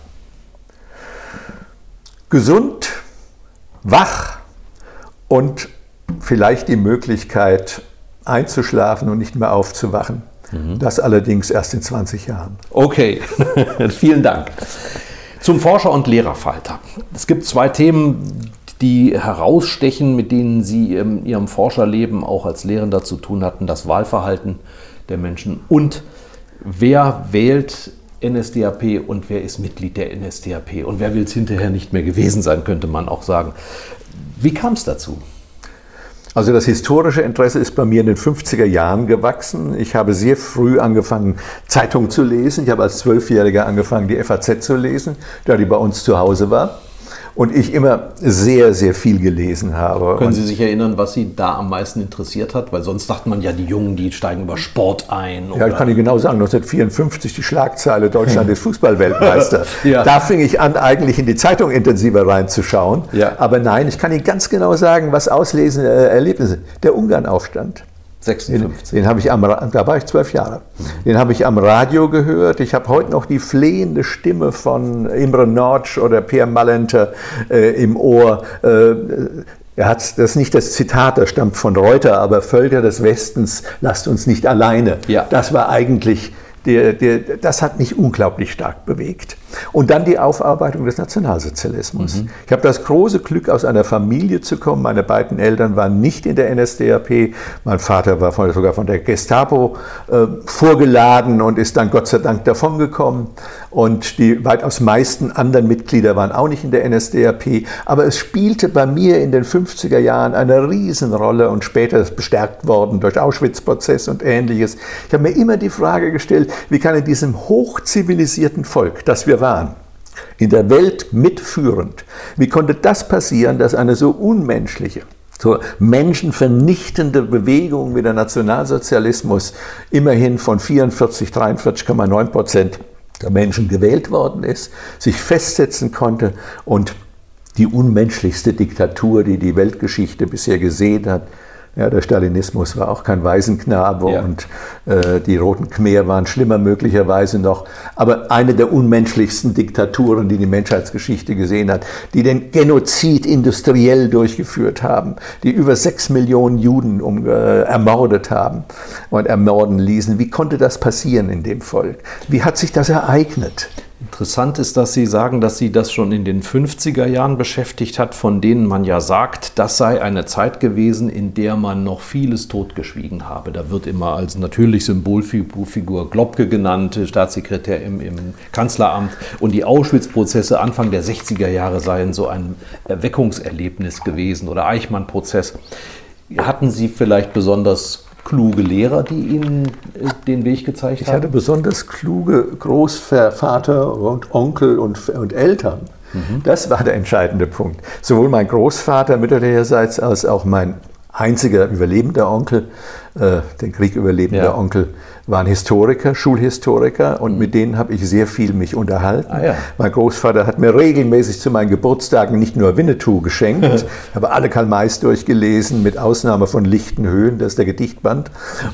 Gesund, wach und vielleicht die Möglichkeit einzuschlafen und nicht mehr aufzuwachen. Das allerdings erst in 20 Jahren. Okay, vielen Dank. Zum Forscher und Lehrerfalter. Es gibt 2 Themen, die herausstechen, mit denen Sie in Ihrem Forscherleben auch als Lehrender zu tun hatten. Das Wahlverhalten der Menschen und wer wählt NSDAP und wer ist Mitglied der NSDAP und wer will es hinterher nicht mehr gewesen sein, könnte man auch sagen. Wie kam es dazu? Also das historische Interesse ist bei mir in den 50er Jahren gewachsen. Ich habe sehr früh angefangen, Zeitungen zu lesen. Ich habe als 12-Jähriger angefangen, die FAZ zu lesen, da die bei uns zu Hause war. Und ich immer sehr, sehr viel gelesen habe. Können Sie sich erinnern, was Sie da am meisten interessiert hat? Weil sonst dachte man ja, die Jungen, die steigen über Sport ein. Ja, ich kann Ihnen genau sagen, 1954 die Schlagzeile, Deutschland ist Fußballweltmeister. Ja. Da fing ich an, eigentlich in die Zeitung intensiver reinzuschauen. Ja. Aber nein, ich kann Ihnen ganz genau sagen, was Auslesen Erlebnisse. Der Ungarnaufstand. 56. Den habe ich da war ich 12 Jahre. Den habe ich am Radio gehört. Ich habe heute noch die flehende Stimme von Imre Nagy oder Pierre Malenter im Ohr. Das ist nicht das Zitat, das stammt von Reuter, aber Völker des Westens, lasst uns nicht alleine. Ja. Das war eigentlich, das hat mich unglaublich stark bewegt. Und dann die Aufarbeitung des Nationalsozialismus. Ich habe das große Glück, aus einer Familie zu kommen. Meine beiden Eltern waren nicht in der NSDAP. Mein Vater war sogar von der Gestapo vorgeladen und ist dann Gott sei Dank davongekommen. Und die weitaus meisten anderen Mitglieder waren auch nicht in der NSDAP. Aber es spielte bei mir in den 50er Jahren eine Riesenrolle und später ist bestärkt worden durch Auschwitz-Prozess und Ähnliches. Ich habe mir immer die Frage gestellt, wie kann in diesem hochzivilisierten Volk, das wir waren, in der Welt mitführend, wie konnte das passieren, dass eine so unmenschliche, so menschenvernichtende Bewegung wie der Nationalsozialismus immerhin von 43,9% der Menschen gewählt worden ist, sich festsetzen konnte und die unmenschlichste Diktatur, die die Weltgeschichte bisher gesehen hat. Ja, der Stalinismus war auch kein Waisenknabe und die Roten Khmer waren schlimmer möglicherweise noch. Aber eine der unmenschlichsten Diktaturen, die die Menschheitsgeschichte gesehen hat, die den Genozid industriell durchgeführt haben, die über 6 Millionen Juden ermordet haben und ermorden ließen. Wie konnte das passieren in dem Volk? Wie hat sich das ereignet? Interessant ist, dass Sie sagen, dass Sie das schon in den 50er Jahren beschäftigt hat, von denen man ja sagt, das sei eine Zeit gewesen, in der man noch vieles totgeschwiegen habe. Da wird immer als natürlich Symbolfigur Globke genannt, Staatssekretär im Kanzleramt. Und die Auschwitz-Prozesse Anfang der 60er Jahre seien so ein Erweckungserlebnis gewesen oder Eichmann-Prozess. Hatten Sie vielleicht besonders kluge Lehrer, die Ihnen den Weg gezeigt haben? Ich hatte besonders kluge Großvater und Onkel und Eltern. Das war der entscheidende Punkt. Sowohl mein Großvater mütterlicherseits als auch mein einziger überlebender Onkel, den Krieg überlebender Onkel, waren Historiker, Schulhistoriker und mit denen habe ich sehr viel mich unterhalten. Mein Großvater hat mir regelmäßig zu meinen Geburtstagen nicht nur Winnetou geschenkt, ich habe alle Karl Mays durchgelesen, mit Ausnahme von Lichten Höhen, das ist der Gedichtband,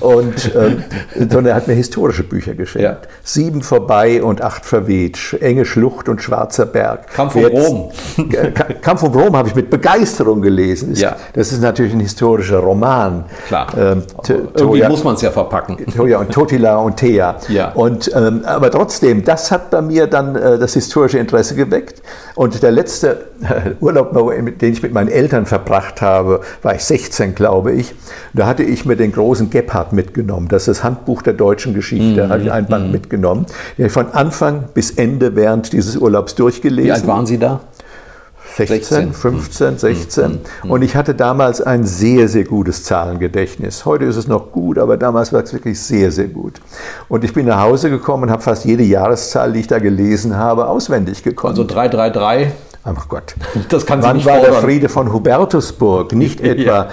sondern er hat mir historische Bücher geschenkt. 7 vorbei und 8 verweht, Enge Schlucht und Schwarzer Berg. Kampf um Rom. Kampf um Rom habe ich mit Begeisterung gelesen. Das ist natürlich ein historischer Roman. Klar. Irgendwie muss man es ja verpacken. Toja und Totila und Thea. Aber trotzdem, das hat bei mir dann das historische Interesse geweckt. Und der letzte Urlaub, den ich mit meinen Eltern verbracht habe, war ich 16, glaube ich. Da hatte ich mir den großen Gebhardt mitgenommen. Das ist das Handbuch der deutschen Geschichte. Da habe ich ein Band mitgenommen. Den habe ich von Anfang bis Ende während dieses Urlaubs durchgelesen. Wie alt waren Sie da? 16, 15, 16. Und ich hatte damals ein sehr, sehr gutes Zahlengedächtnis. Heute ist es noch gut, aber damals war es wirklich sehr, sehr gut. Und ich bin nach Hause gekommen und habe fast jede Jahreszahl, die ich da gelesen habe, auswendig gekonnt. Also 333? Ach Gott. Das kann sie Wann nicht war fordern. der Friede von Hubertusburg? Nicht etwa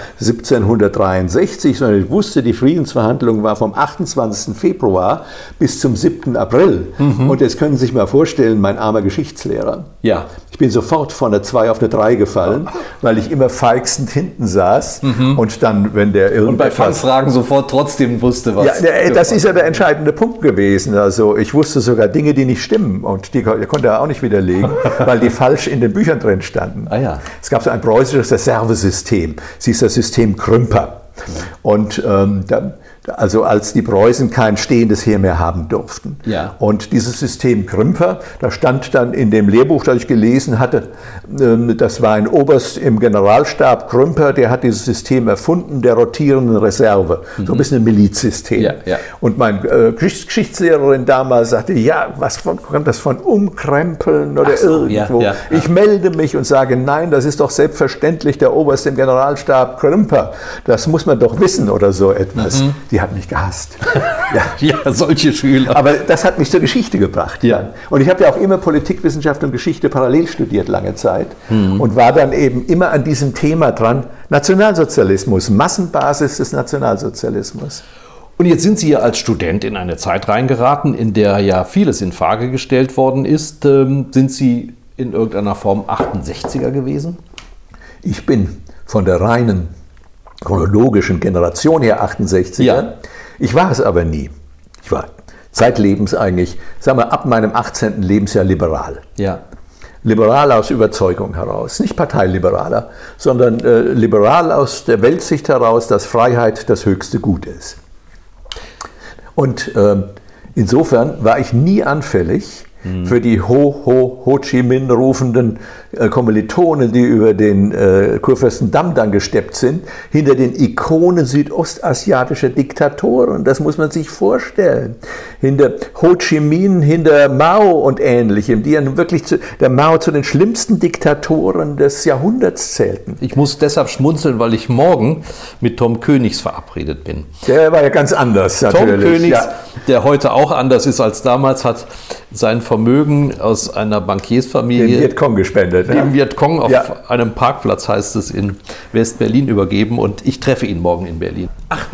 1763, sondern ich wusste, die Friedensverhandlung war vom 28. Februar bis zum 7. April. Und jetzt können Sie sich mal vorstellen, mein armer Geschichtslehrer. Ja. Ich bin sofort von einer 2 auf eine 3 gefallen, weil ich immer feixend hinten saß und dann, wenn der irgendwas... Und bei Fangfragen sofort trotzdem wusste, was... Ja, das ist ja der entscheidende Punkt gewesen. Also ich wusste sogar Dinge, die nicht stimmen und die konnte er auch nicht widerlegen, weil die falsch in den Büchern drin standen. Ah, ja. Es gab so ein preußisches Reservesystem. Es hieß das System Krümper. Und also als die Preußen kein stehendes Heer mehr haben durften. Ja. Und dieses System Krümper, da stand dann in dem Lehrbuch, das ich gelesen hatte, das war ein Oberst im Generalstab Krümper, der hat dieses System erfunden, der rotierenden Reserve. So ein bisschen ein Milizsystem. Ja, ja. Und meine Geschichtslehrerin damals sagte, ja, kommt das von Umkrempeln oder so, irgendwo? ja. Ich melde mich und sage, nein, das ist doch selbstverständlich der Oberst im Generalstab Krümper. Das muss man doch wissen oder so etwas. Die hat mich gehasst. Ja, solche Schüler. Aber das hat mich zur Geschichte gebracht. Ja. Und ich habe ja auch immer Politikwissenschaft und Geschichte parallel studiert lange Zeit und war dann eben immer an diesem Thema dran, Nationalsozialismus, Massenbasis des Nationalsozialismus. Und jetzt sind Sie ja als Student in eine Zeit reingeraten, in der ja vieles in Frage gestellt worden ist. Sind Sie in irgendeiner Form 68er gewesen? Ich bin von der reinen chronologischen Generation her 68er. Ja. Ich war es aber nie. Ich war zeitlebens eigentlich, sagen wir, ab meinem 18. Lebensjahr liberal. Ja. Liberal aus Überzeugung heraus, nicht Parteiliberaler, sondern liberal aus der Weltsicht heraus, dass Freiheit das höchste Gut ist. Und insofern war ich nie anfällig für die Ho Chi Minh rufenden Kommilitonen, die über den Kurfürstendamm dann gesteppt sind, hinter den Ikonen südostasiatischer Diktatoren. Das muss man sich vorstellen. Hinter Ho Chi Minh, hinter Mao und Ähnlichem, die ja wirklich der Mao zu den schlimmsten Diktatoren des Jahrhunderts zählten. Ich muss deshalb schmunzeln, weil ich morgen mit Tom Königs verabredet bin. Der war ja ganz anders natürlich. Tom Königs, ja. Der heute auch anders ist als damals, hat sein Vermögen aus einer Bankiersfamilie dem Vietcong gespendet. Dem Vietcong auf einem Parkplatz, heißt es, in West-Berlin übergeben und ich treffe ihn morgen in Berlin.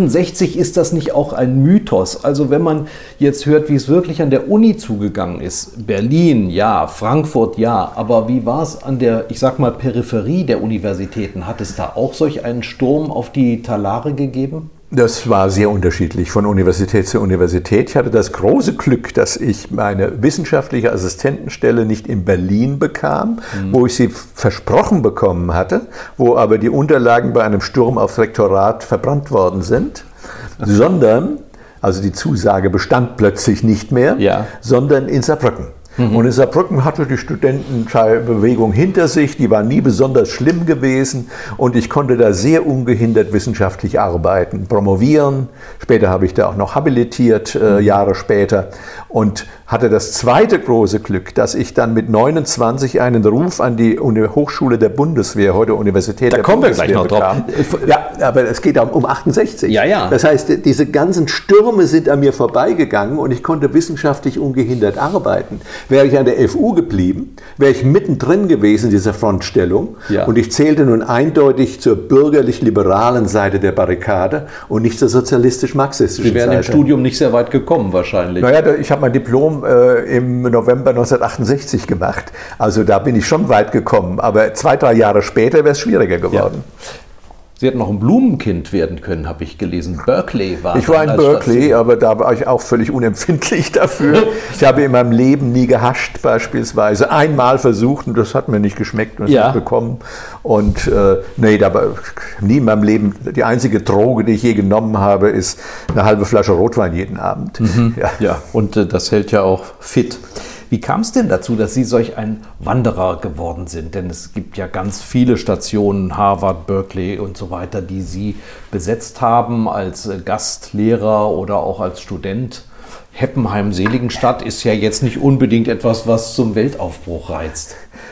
68, ist das nicht auch ein Mythos? Also wenn man jetzt hört, wie es wirklich an der Uni zugegangen ist, Berlin, ja, Frankfurt, ja, aber wie war es an der, ich sag mal, Peripherie der Universitäten? Hat es da auch solch einen Sturm auf die Talare gegeben? Das war sehr unterschiedlich von Universität zu Universität. Ich hatte das große Glück, dass ich meine wissenschaftliche Assistentenstelle nicht in Berlin bekam, wo ich sie versprochen bekommen hatte, wo aber die Unterlagen bei einem Sturm aufs Rektorat verbrannt worden sind, sondern, also die Zusage bestand plötzlich nicht mehr, sondern in Saarbrücken. Und in Saarbrücken hatte die Studentenbewegung hinter sich, die war nie besonders schlimm gewesen und ich konnte da sehr ungehindert wissenschaftlich arbeiten, promovieren. Später habe ich da auch noch habilitiert, Jahre später, und hatte das zweite große Glück, dass ich dann mit 29 einen Ruf an die Hochschule der Bundeswehr, heute Universität der Bundeswehr, gleich noch bekam. Ja, aber es geht um 68. Ja, ja. Das heißt, diese ganzen Stürme sind an mir vorbeigegangen und ich konnte wissenschaftlich ungehindert arbeiten. Wäre ich an der FU geblieben, wäre ich mittendrin gewesen in dieser Frontstellung und ich zählte nun eindeutig zur bürgerlich-liberalen Seite der Barrikade und nicht zur sozialistisch-marxistischen Seite. Sie wären im Studium nicht sehr weit gekommen wahrscheinlich. Naja, ich habe mein Diplom im November 1968 gemacht, also da bin ich schon weit gekommen, aber 2-3 Jahre später wäre es schwieriger geworden. Ja. Sie hätten noch ein Blumenkind werden können, habe ich gelesen. Berkeley war. Ich war in Berkeley, aber da war ich auch völlig unempfindlich dafür. Ich habe in meinem Leben nie gehascht beispielsweise. Einmal versucht und das hat mir nicht geschmeckt und das nicht bekommen. Und nee, da war nie in meinem Leben. Die einzige Droge, die ich je genommen habe, ist eine halbe Flasche Rotwein jeden Abend. Ja, und das hält ja auch fit. Wie kam es denn dazu, dass Sie solch ein Wanderer geworden sind? Denn es gibt ja ganz viele Stationen, Harvard, Berkeley und so weiter, die Sie besetzt haben als Gastlehrer oder auch als Student. Heppenheim, Seligenstadt ist ja jetzt nicht unbedingt etwas, was zum Weltaufbruch reizt.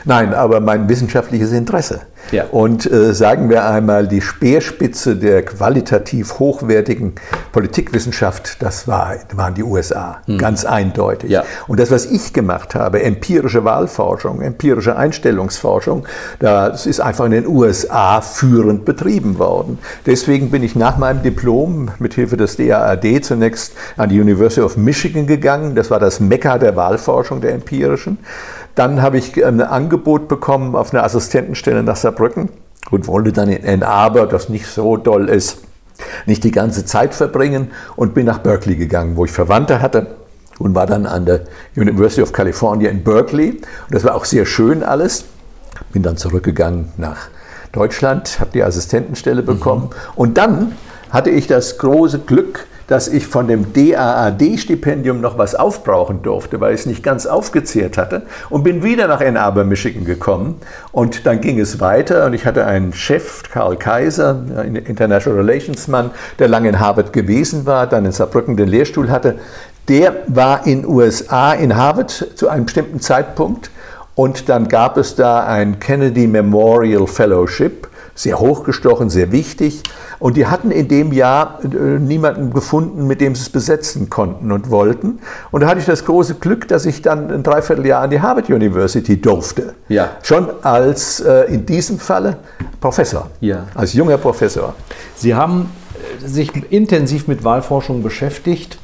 Nein, aber mein wissenschaftliches Interesse. Ja. Und sagen wir einmal, die Speerspitze der qualitativ hochwertigen Politikwissenschaft, das waren die USA, ganz eindeutig. Ja. Und das, was ich gemacht habe, empirische Wahlforschung, empirische Einstellungsforschung, das ist einfach in den USA führend betrieben worden. Deswegen bin ich nach meinem Diplom mit Hilfe des DAAD zunächst an die University of Michigan gegangen. Das war das Mekka der Wahlforschung, der empirischen. Dann habe ich ein Angebot bekommen auf eine Assistentenstelle nach Saarbrücken und wollte dann in Ann Arbor, das nicht so doll ist, nicht die ganze Zeit verbringen und bin nach Berkeley gegangen, wo ich Verwandte hatte und war dann an der University of California in Berkeley. Und das war auch sehr schön alles. Bin dann zurückgegangen nach Deutschland, habe die Assistentenstelle bekommen und dann hatte ich das große Glück, dass ich von dem DAAD-Stipendium noch was aufbrauchen durfte, weil ich es nicht ganz aufgezehrt hatte und bin wieder nach Ann Arbor, Michigan gekommen und dann ging es weiter und ich hatte einen Chef, Karl Kaiser, ein International Relations Mann, der lange in Harvard gewesen war, dann in Saarbrücken den Lehrstuhl hatte. Der war in USA, in Harvard zu einem bestimmten Zeitpunkt und dann gab es da ein Kennedy Memorial Fellowship, sehr hochgestochen, sehr wichtig. Und die hatten in dem Jahr niemanden gefunden, mit dem sie es besetzen konnten und wollten. Und da hatte ich das große Glück, dass ich dann ein Dreivierteljahr an die Harvard University durfte. Ja. Schon als, in diesem Falle, Professor, als junger Professor. Sie haben sich intensiv mit Wahlforschung beschäftigt.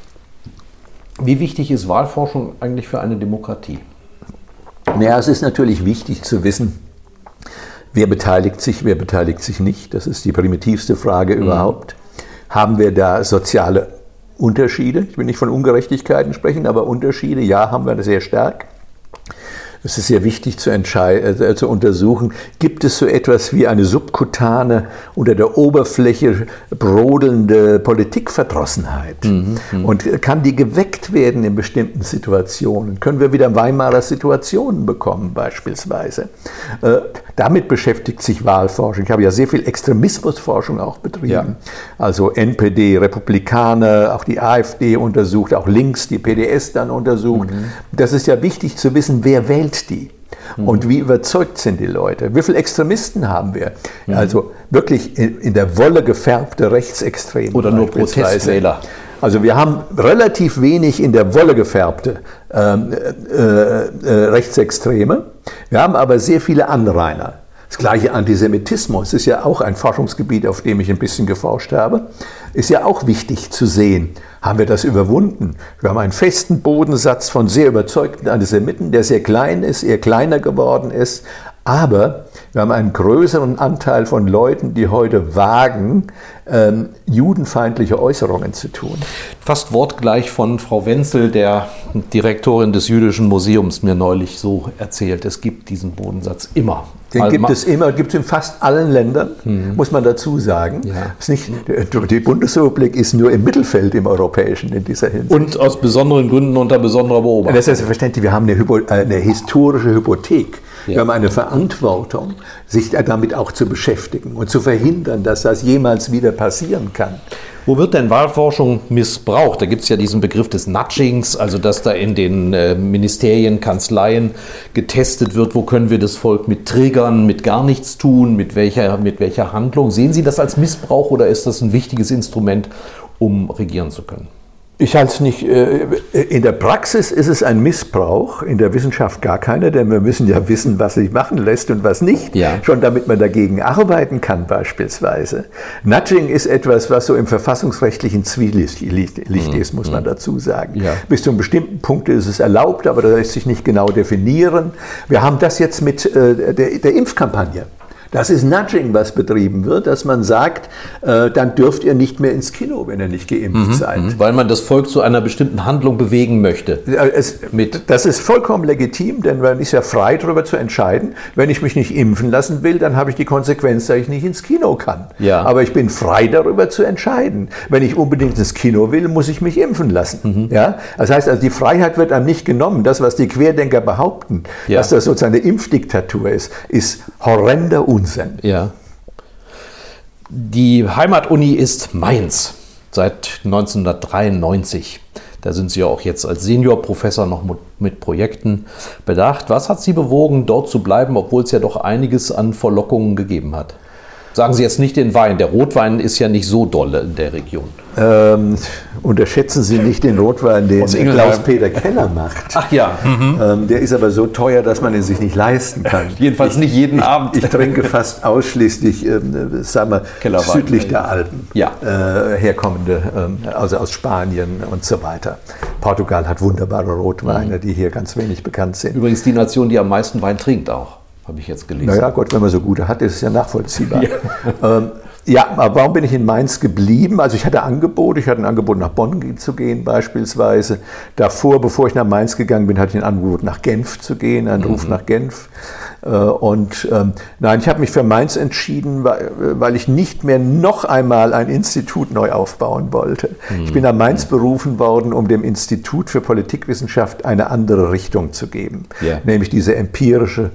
Wie wichtig ist Wahlforschung eigentlich für eine Demokratie? Naja, es ist natürlich wichtig zu wissen, wer beteiligt sich nicht? Das ist die primitivste Frage überhaupt. Haben wir da soziale Unterschiede? Ich will nicht von Ungerechtigkeiten sprechen, aber Unterschiede, ja, haben wir sehr stark. Es ist sehr wichtig zu untersuchen, gibt es so etwas wie eine subkutane, unter der Oberfläche brodelnde Politikverdrossenheit? Und kann die geweckt werden in bestimmten Situationen? Können wir wieder Weimarer Situationen bekommen beispielsweise? Damit beschäftigt sich Wahlforschung. Ich habe ja sehr viel Extremismusforschung auch betrieben. Ja. Also NPD, Republikaner, auch die AfD untersucht, auch links die PDS dann untersucht. Das ist ja wichtig zu wissen, wer wählt die und wie überzeugt sind die Leute. Wie viele Extremisten haben wir? Also wirklich in der Wolle gefärbte Rechtsextreme. Oder nur Protestwähler. Also wir haben relativ wenig in der Wolle gefärbte Rechtsextreme. Wir haben aber sehr viele Anrainer. Das gleiche Antisemitismus ist ja auch ein Forschungsgebiet, auf dem ich ein bisschen geforscht habe. Ist ja auch wichtig zu sehen. Haben wir das überwunden? Wir haben einen festen Bodensatz von sehr überzeugten Antisemiten, der sehr klein ist, eher kleiner geworden ist. Aber wir haben einen größeren Anteil von Leuten, die heute wagen, judenfeindliche Äußerungen zu tun. Fast wortgleich von Frau Wenzel, der Direktorin des Jüdischen Museums, mir neulich so erzählt. Es gibt diesen Bodensatz immer. Den gibt es immer, gibt es in fast allen Ländern, muss man dazu sagen. Ja. Ist nicht, die Bundesrepublik ist nur im Mittelfeld im Europäischen in dieser Hinsicht. Und aus besonderen Gründen unter besonderer Beobachtung. Das ist selbstverständlich, wir haben eine historische Hypothek. Ja. Wir haben eine Verantwortung, sich damit auch zu beschäftigen und zu verhindern, dass das jemals wieder passieren kann. Wo wird denn Wahlforschung missbraucht? Da gibt es ja diesen Begriff des Nudgings, also dass da in den Ministerien, Kanzleien getestet wird, wo können wir das Volk mit triggern, mit gar nichts tun, mit welcher Handlung. Sehen Sie das als Missbrauch oder ist das ein wichtiges Instrument, um regieren zu können? Ich halte es nicht, in der Praxis ist es ein Missbrauch, in der Wissenschaft gar keiner, denn wir müssen ja wissen, was sich machen lässt und was nicht, schon damit man dagegen arbeiten kann beispielsweise. Nudging ist etwas, was so im verfassungsrechtlichen Zwielicht ist, muss man dazu sagen. Ja. Bis zu einem bestimmten Punkt ist es erlaubt, aber das lässt sich nicht genau definieren. Wir haben das jetzt mit der Impfkampagne. Das ist Nudging, was betrieben wird, dass man sagt, dann dürft ihr nicht mehr ins Kino, wenn ihr nicht geimpft seid. Weil man das Volk zu einer bestimmten Handlung bewegen möchte. Das ist vollkommen legitim, denn man ist ja frei darüber zu entscheiden, wenn ich mich nicht impfen lassen will, dann habe ich die Konsequenz, dass ich nicht ins Kino kann. Ja. Aber ich bin frei darüber zu entscheiden. Wenn ich unbedingt ins Kino will, muss ich mich impfen lassen. Ja? Das heißt, also die Freiheit wird einem nicht genommen. Das, was die Querdenker behaupten, dass das sozusagen eine Impfdiktatur ist horrender Unsinn. Ja. Die Heimatuni ist Mainz seit 1993. Da sind Sie ja auch jetzt als Seniorprofessor noch mit Projekten bedacht. Was hat Sie bewogen, dort zu bleiben, obwohl es ja doch einiges an Verlockungen gegeben hat? Sagen Sie jetzt nicht den Wein. Der Rotwein ist ja nicht so dolle in der Region. Unterschätzen Sie nicht den Rotwein, den Klaus-Peter Keller macht. Ach ja. Der ist aber so teuer, dass man ihn sich nicht leisten kann. Jedenfalls nicht jeden Abend. Ich trinke fast ausschließlich sagen wir, südlich der Alpen herkommende, also aus Spanien und so weiter. Portugal hat wunderbare Rotweine, die hier ganz wenig bekannt sind. Übrigens die Nation, die am meisten Wein trinkt auch. Habe ich jetzt gelesen. Naja, Gott, wenn man so gute hat, ist es ja nachvollziehbar. Ja. Aber warum bin ich in Mainz geblieben? Also ich hatte Angebote. Ich hatte ein Angebot, nach Bonn zu gehen beispielsweise. Davor, bevor ich nach Mainz gegangen bin, hatte ich ein Angebot, nach Genf zu gehen, einen Ruf nach Genf. Nein, ich habe mich für Mainz entschieden, weil ich nicht mehr noch einmal ein Institut neu aufbauen wollte. Ich bin nach Mainz berufen worden, um dem Institut für Politikwissenschaft eine andere Richtung zu geben. Nämlich diese empirische,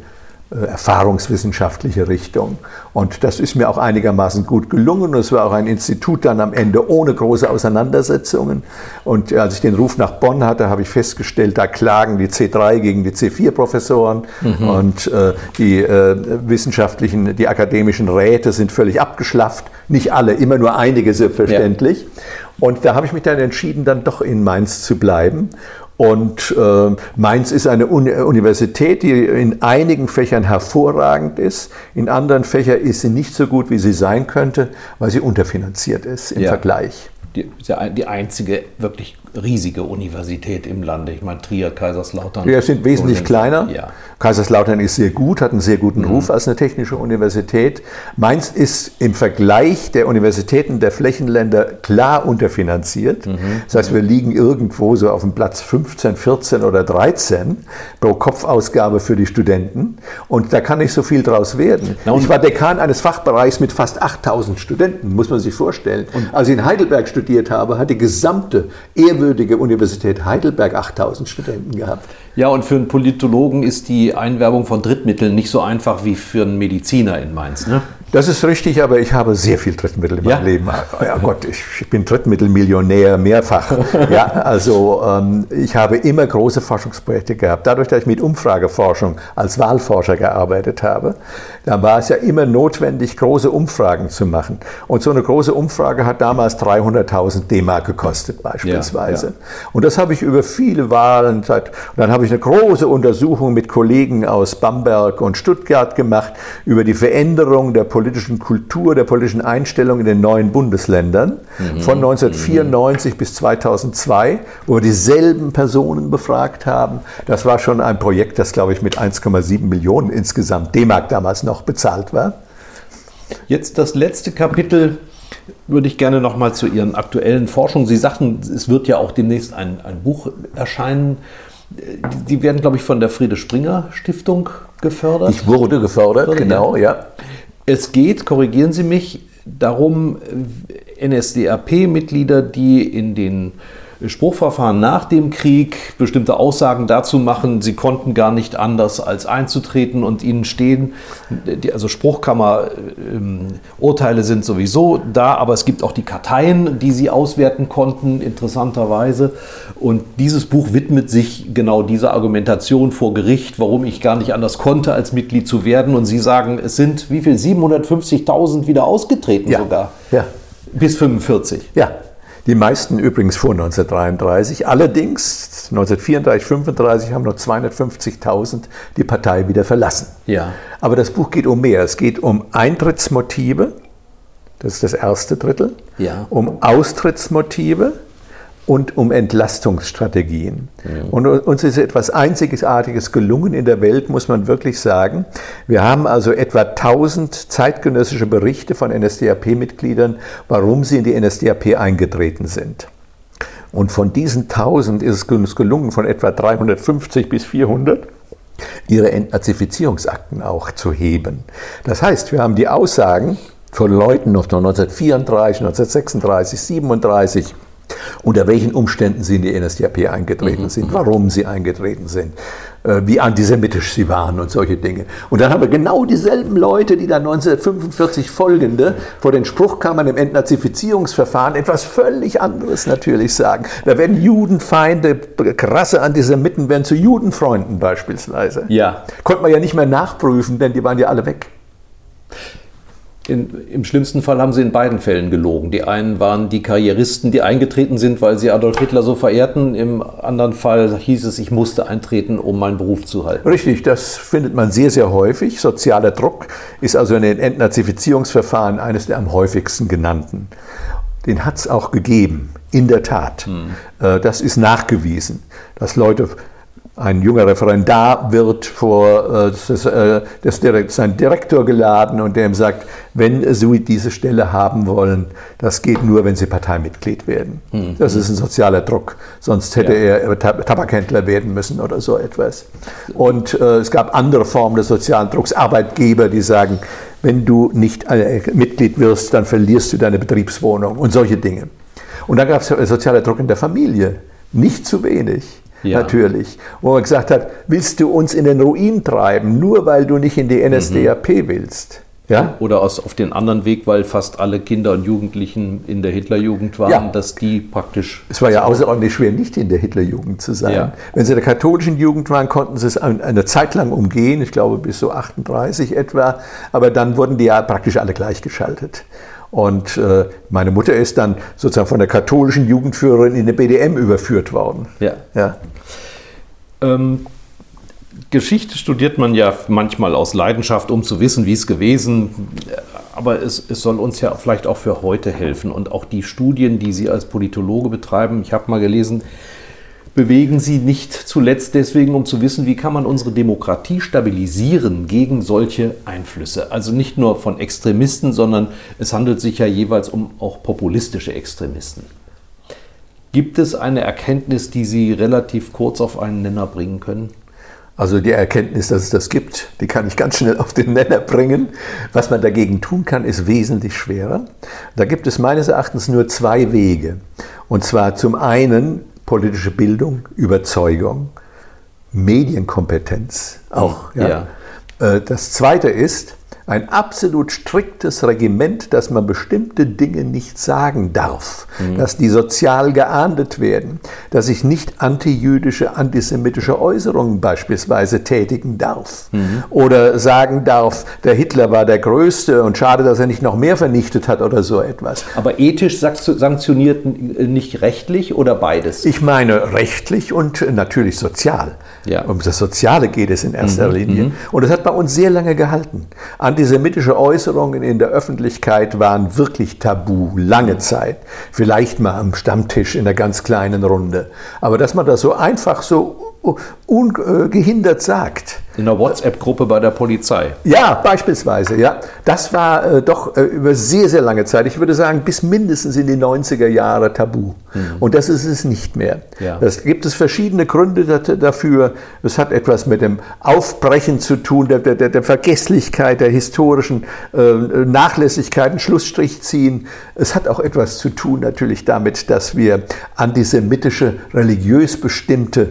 erfahrungswissenschaftliche Richtung. Und das ist mir auch einigermaßen gut gelungen. Es war auch ein Institut dann am Ende ohne große Auseinandersetzungen. Und als ich den Ruf nach Bonn hatte, habe ich festgestellt, da klagen die C3 gegen die C4-Professoren und die wissenschaftlichen, die akademischen Räte sind völlig abgeschlafft. Nicht alle, immer nur einige selbstverständlich. Und da habe ich mich dann entschieden, dann doch in Mainz zu bleiben. Und Mainz ist eine Universität, die in einigen Fächern hervorragend ist. In anderen Fächern ist sie nicht so gut, wie sie sein könnte, weil sie unterfinanziert ist im Vergleich. Die einzige wirklich riesige Universität im Lande. Ich meine, Trier, Kaiserslautern. Ja, sind wesentlich kleiner. Ja. Kaiserslautern ist sehr gut, hat einen sehr guten Ruf als eine technische Universität. Mainz ist im Vergleich der Universitäten der Flächenländer klar unterfinanziert. Das heißt, wir liegen irgendwo so auf dem Platz 15, 14 oder 13 pro Kopfausgabe für die Studenten. Und da kann nicht so viel draus werden. Ich war Dekan eines Fachbereichs mit fast 8000 Studenten, muss man sich vorstellen. Und als ich in Heidelberg studiert habe, hat die gesamte ehrwürdige Universität Heidelberg 8000 Studenten gehabt. Ja, und für einen Politologen ist die Einwerbung von Drittmitteln nicht so einfach wie für einen Mediziner in Mainz, ne? Das ist richtig, aber ich habe sehr viel Drittmittel in meinem Leben. Ja Gott, ich bin Drittmittelmillionär mehrfach. Ja, also ich habe immer große Forschungsprojekte gehabt. Dadurch, dass ich mit Umfrageforschung als Wahlforscher gearbeitet habe, da war es ja immer notwendig, große Umfragen zu machen. Und so eine große Umfrage hat damals 300.000 D-Mark gekostet beispielsweise. Ja. Und das habe ich über viele Wahlen, und dann habe ich eine große Untersuchung mit Kollegen aus Bamberg und Stuttgart gemacht über die Veränderung der politischen Kultur, der politischen Einstellung in den neuen Bundesländern von 1994 bis 2002, wo wir dieselben Personen befragt haben. Das war schon ein Projekt, das, glaube ich, mit 1,7 Millionen insgesamt D-Mark damals noch bezahlt war. Jetzt das letzte Kapitel würde ich gerne noch mal zu Ihren aktuellen Forschungen. Sie sagten, es wird ja auch demnächst ein Buch erscheinen. Die werden, glaube ich, von der Friede-Springer-Stiftung gefördert. Ich wurde gefördert, genau, ja. Es geht, korrigieren Sie mich, darum, NSDAP-Mitglieder, die in den Spruchverfahren nach dem Krieg bestimmte Aussagen dazu machen, sie konnten gar nicht anders als einzutreten und ihnen stehen, also Spruchkammer-Urteile sind sowieso da, aber es gibt auch die Karteien, die sie auswerten konnten, interessanterweise. Und dieses Buch widmet sich genau dieser Argumentation vor Gericht, warum ich gar nicht anders konnte, als Mitglied zu werden. Und Sie sagen, es sind wie viel? 750.000 wieder ausgetreten sogar? Ja. Bis 45? Ja. Die meisten übrigens vor 1933. Allerdings 1934, 1935 haben noch 250.000 die Partei wieder verlassen. Ja. Aber das Buch geht um mehr. Es geht um Eintrittsmotive, das ist das erste Drittel, um Austrittsmotive und um Entlastungsstrategien. Und uns ist etwas Einzigartiges gelungen in der Welt, muss man wirklich sagen. Wir haben also etwa 1000 zeitgenössische Berichte von NSDAP-Mitgliedern, warum sie in die NSDAP eingetreten sind. Und von diesen 1000 ist es uns gelungen, von etwa 350 bis 400 ihre Entnazifizierungsakten auch zu heben. Das heißt, wir haben die Aussagen von Leuten noch 1934, 1936, 1937, unter welchen Umständen sie in die NSDAP eingetreten sind, warum sie eingetreten sind, wie antisemitisch sie waren und solche Dinge. Und dann haben wir genau dieselben Leute, die dann 1945 folgende vor den Spruchkammern im Entnazifizierungsverfahren etwas völlig anderes natürlich sagen. Da werden Judenfeinde, krasse Antisemiten werden zu Judenfreunden beispielsweise. Ja. Konnte man ja nicht mehr nachprüfen, denn die waren ja alle weg. Im schlimmsten Fall haben sie in beiden Fällen gelogen. Die einen waren die Karrieristen, die eingetreten sind, weil sie Adolf Hitler so verehrten. Im anderen Fall hieß es, ich musste eintreten, um meinen Beruf zu halten. Richtig, das findet man sehr, sehr häufig. Sozialer Druck ist also in den Entnazifizierungsverfahren eines der am häufigsten genannten. Den hat es auch gegeben, in der Tat. Das ist nachgewiesen, dass Leute... Ein junger Referendar wird vor seinen Direktor geladen und der ihm sagt, wenn Sie diese Stelle haben wollen, das geht nur, wenn Sie Parteimitglied werden. Das ist ein sozialer Druck, sonst hätte er Tabakhändler werden müssen oder so etwas. Und es gab andere Formen des sozialen Drucks, Arbeitgeber, die sagen, wenn du nicht Mitglied wirst, dann verlierst du deine Betriebswohnung und solche Dinge. Und dann gab es sozialer Druck in der Familie, nicht zu wenig. Ja. Natürlich, wo man gesagt hat, willst du uns in den Ruin treiben, nur weil du nicht in die NSDAP willst? Ja? Oder auf den anderen Weg, weil fast alle Kinder und Jugendlichen in der Hitlerjugend waren, dass die praktisch... Es war ja außerordentlich schwer, nicht in der Hitlerjugend zu sein. Ja. Wenn sie in der katholischen Jugend waren, konnten sie es eine Zeit lang umgehen, ich glaube bis so 38 etwa, aber dann wurden die ja praktisch alle gleichgeschaltet. Und meine Mutter ist dann sozusagen von der katholischen Jugendführerin in die BDM überführt worden. Ja. Ja. Geschichte studiert man ja manchmal aus Leidenschaft, um zu wissen, wie es gewesen ist. Aber es soll uns ja vielleicht auch für heute helfen. Und auch die Studien, die Sie als Politologe betreiben, ich habe mal gelesen, bewegen Sie nicht zuletzt deswegen, um zu wissen, wie kann man unsere Demokratie stabilisieren gegen solche Einflüsse. Also nicht nur von Extremisten, sondern es handelt sich ja jeweils um auch populistische Extremisten. Gibt es eine Erkenntnis, die Sie relativ kurz auf einen Nenner bringen können? Also die Erkenntnis, dass es das gibt, die kann ich ganz schnell auf den Nenner bringen. Was man dagegen tun kann, ist wesentlich schwerer. Da gibt es meines Erachtens nur zwei Wege. Und zwar zum einen politische Bildung, Überzeugung, Medienkompetenz auch. Ja. Ja. Das zweite ist ein absolut striktes Regiment, dass man bestimmte Dinge nicht sagen darf, dass die sozial geahndet werden, dass ich nicht antijüdische, antisemitische Äußerungen beispielsweise tätigen darf oder sagen darf, der Hitler war der Größte und schade, dass er nicht noch mehr vernichtet hat oder so etwas. Aber ethisch sanktioniert nicht rechtlich oder beides? Ich meine rechtlich und natürlich sozial. Ja. Um das Soziale geht es in erster Linie. Und das hat bei uns sehr lange gehalten. Antisemitische Äußerungen in der Öffentlichkeit waren wirklich tabu, lange Zeit. Vielleicht mal am Stammtisch in einer ganz kleinen Runde. Aber dass man das so einfach so ungehindert sagt. In einer WhatsApp-Gruppe bei der Polizei. Ja, beispielsweise. Ja. Das war doch über sehr, sehr lange Zeit, ich würde sagen bis mindestens in die 90er Jahre tabu. Und das ist es nicht mehr. Ja. Es gibt verschiedene Gründe dafür. Es hat etwas mit dem Aufbrechen zu tun, der Vergesslichkeit, der historischen Nachlässigkeiten, Schlussstrich ziehen. Es hat auch etwas zu tun natürlich damit, dass wir antisemitische, religiös bestimmte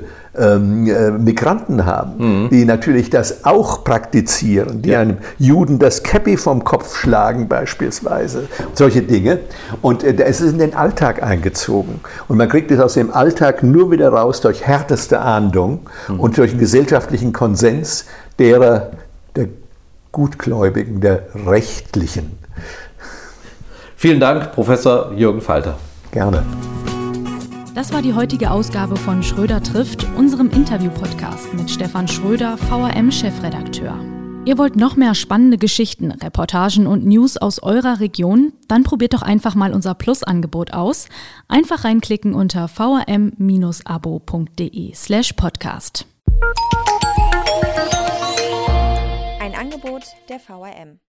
Migranten haben, die natürlich das auch praktizieren, die einem Juden das Käppi vom Kopf schlagen beispielsweise, solche Dinge. Und es ist in den Alltag eingezogen. Und man kriegt es aus dem Alltag nur wieder raus durch härteste Ahndung und durch einen gesellschaftlichen Konsens der Gutgläubigen, der Rechtlichen. Vielen Dank, Professor Jürgen Falter. Gerne. Das war die heutige Ausgabe von Schröder trifft, unserem Interview-Podcast mit Stefan Schröder, VRM-Chefredakteur. Ihr wollt noch mehr spannende Geschichten, Reportagen und News aus eurer Region? Dann probiert doch einfach mal unser Plus-Angebot aus. Einfach reinklicken unter vrm-abo.de/podcast. Ein Angebot der VRM.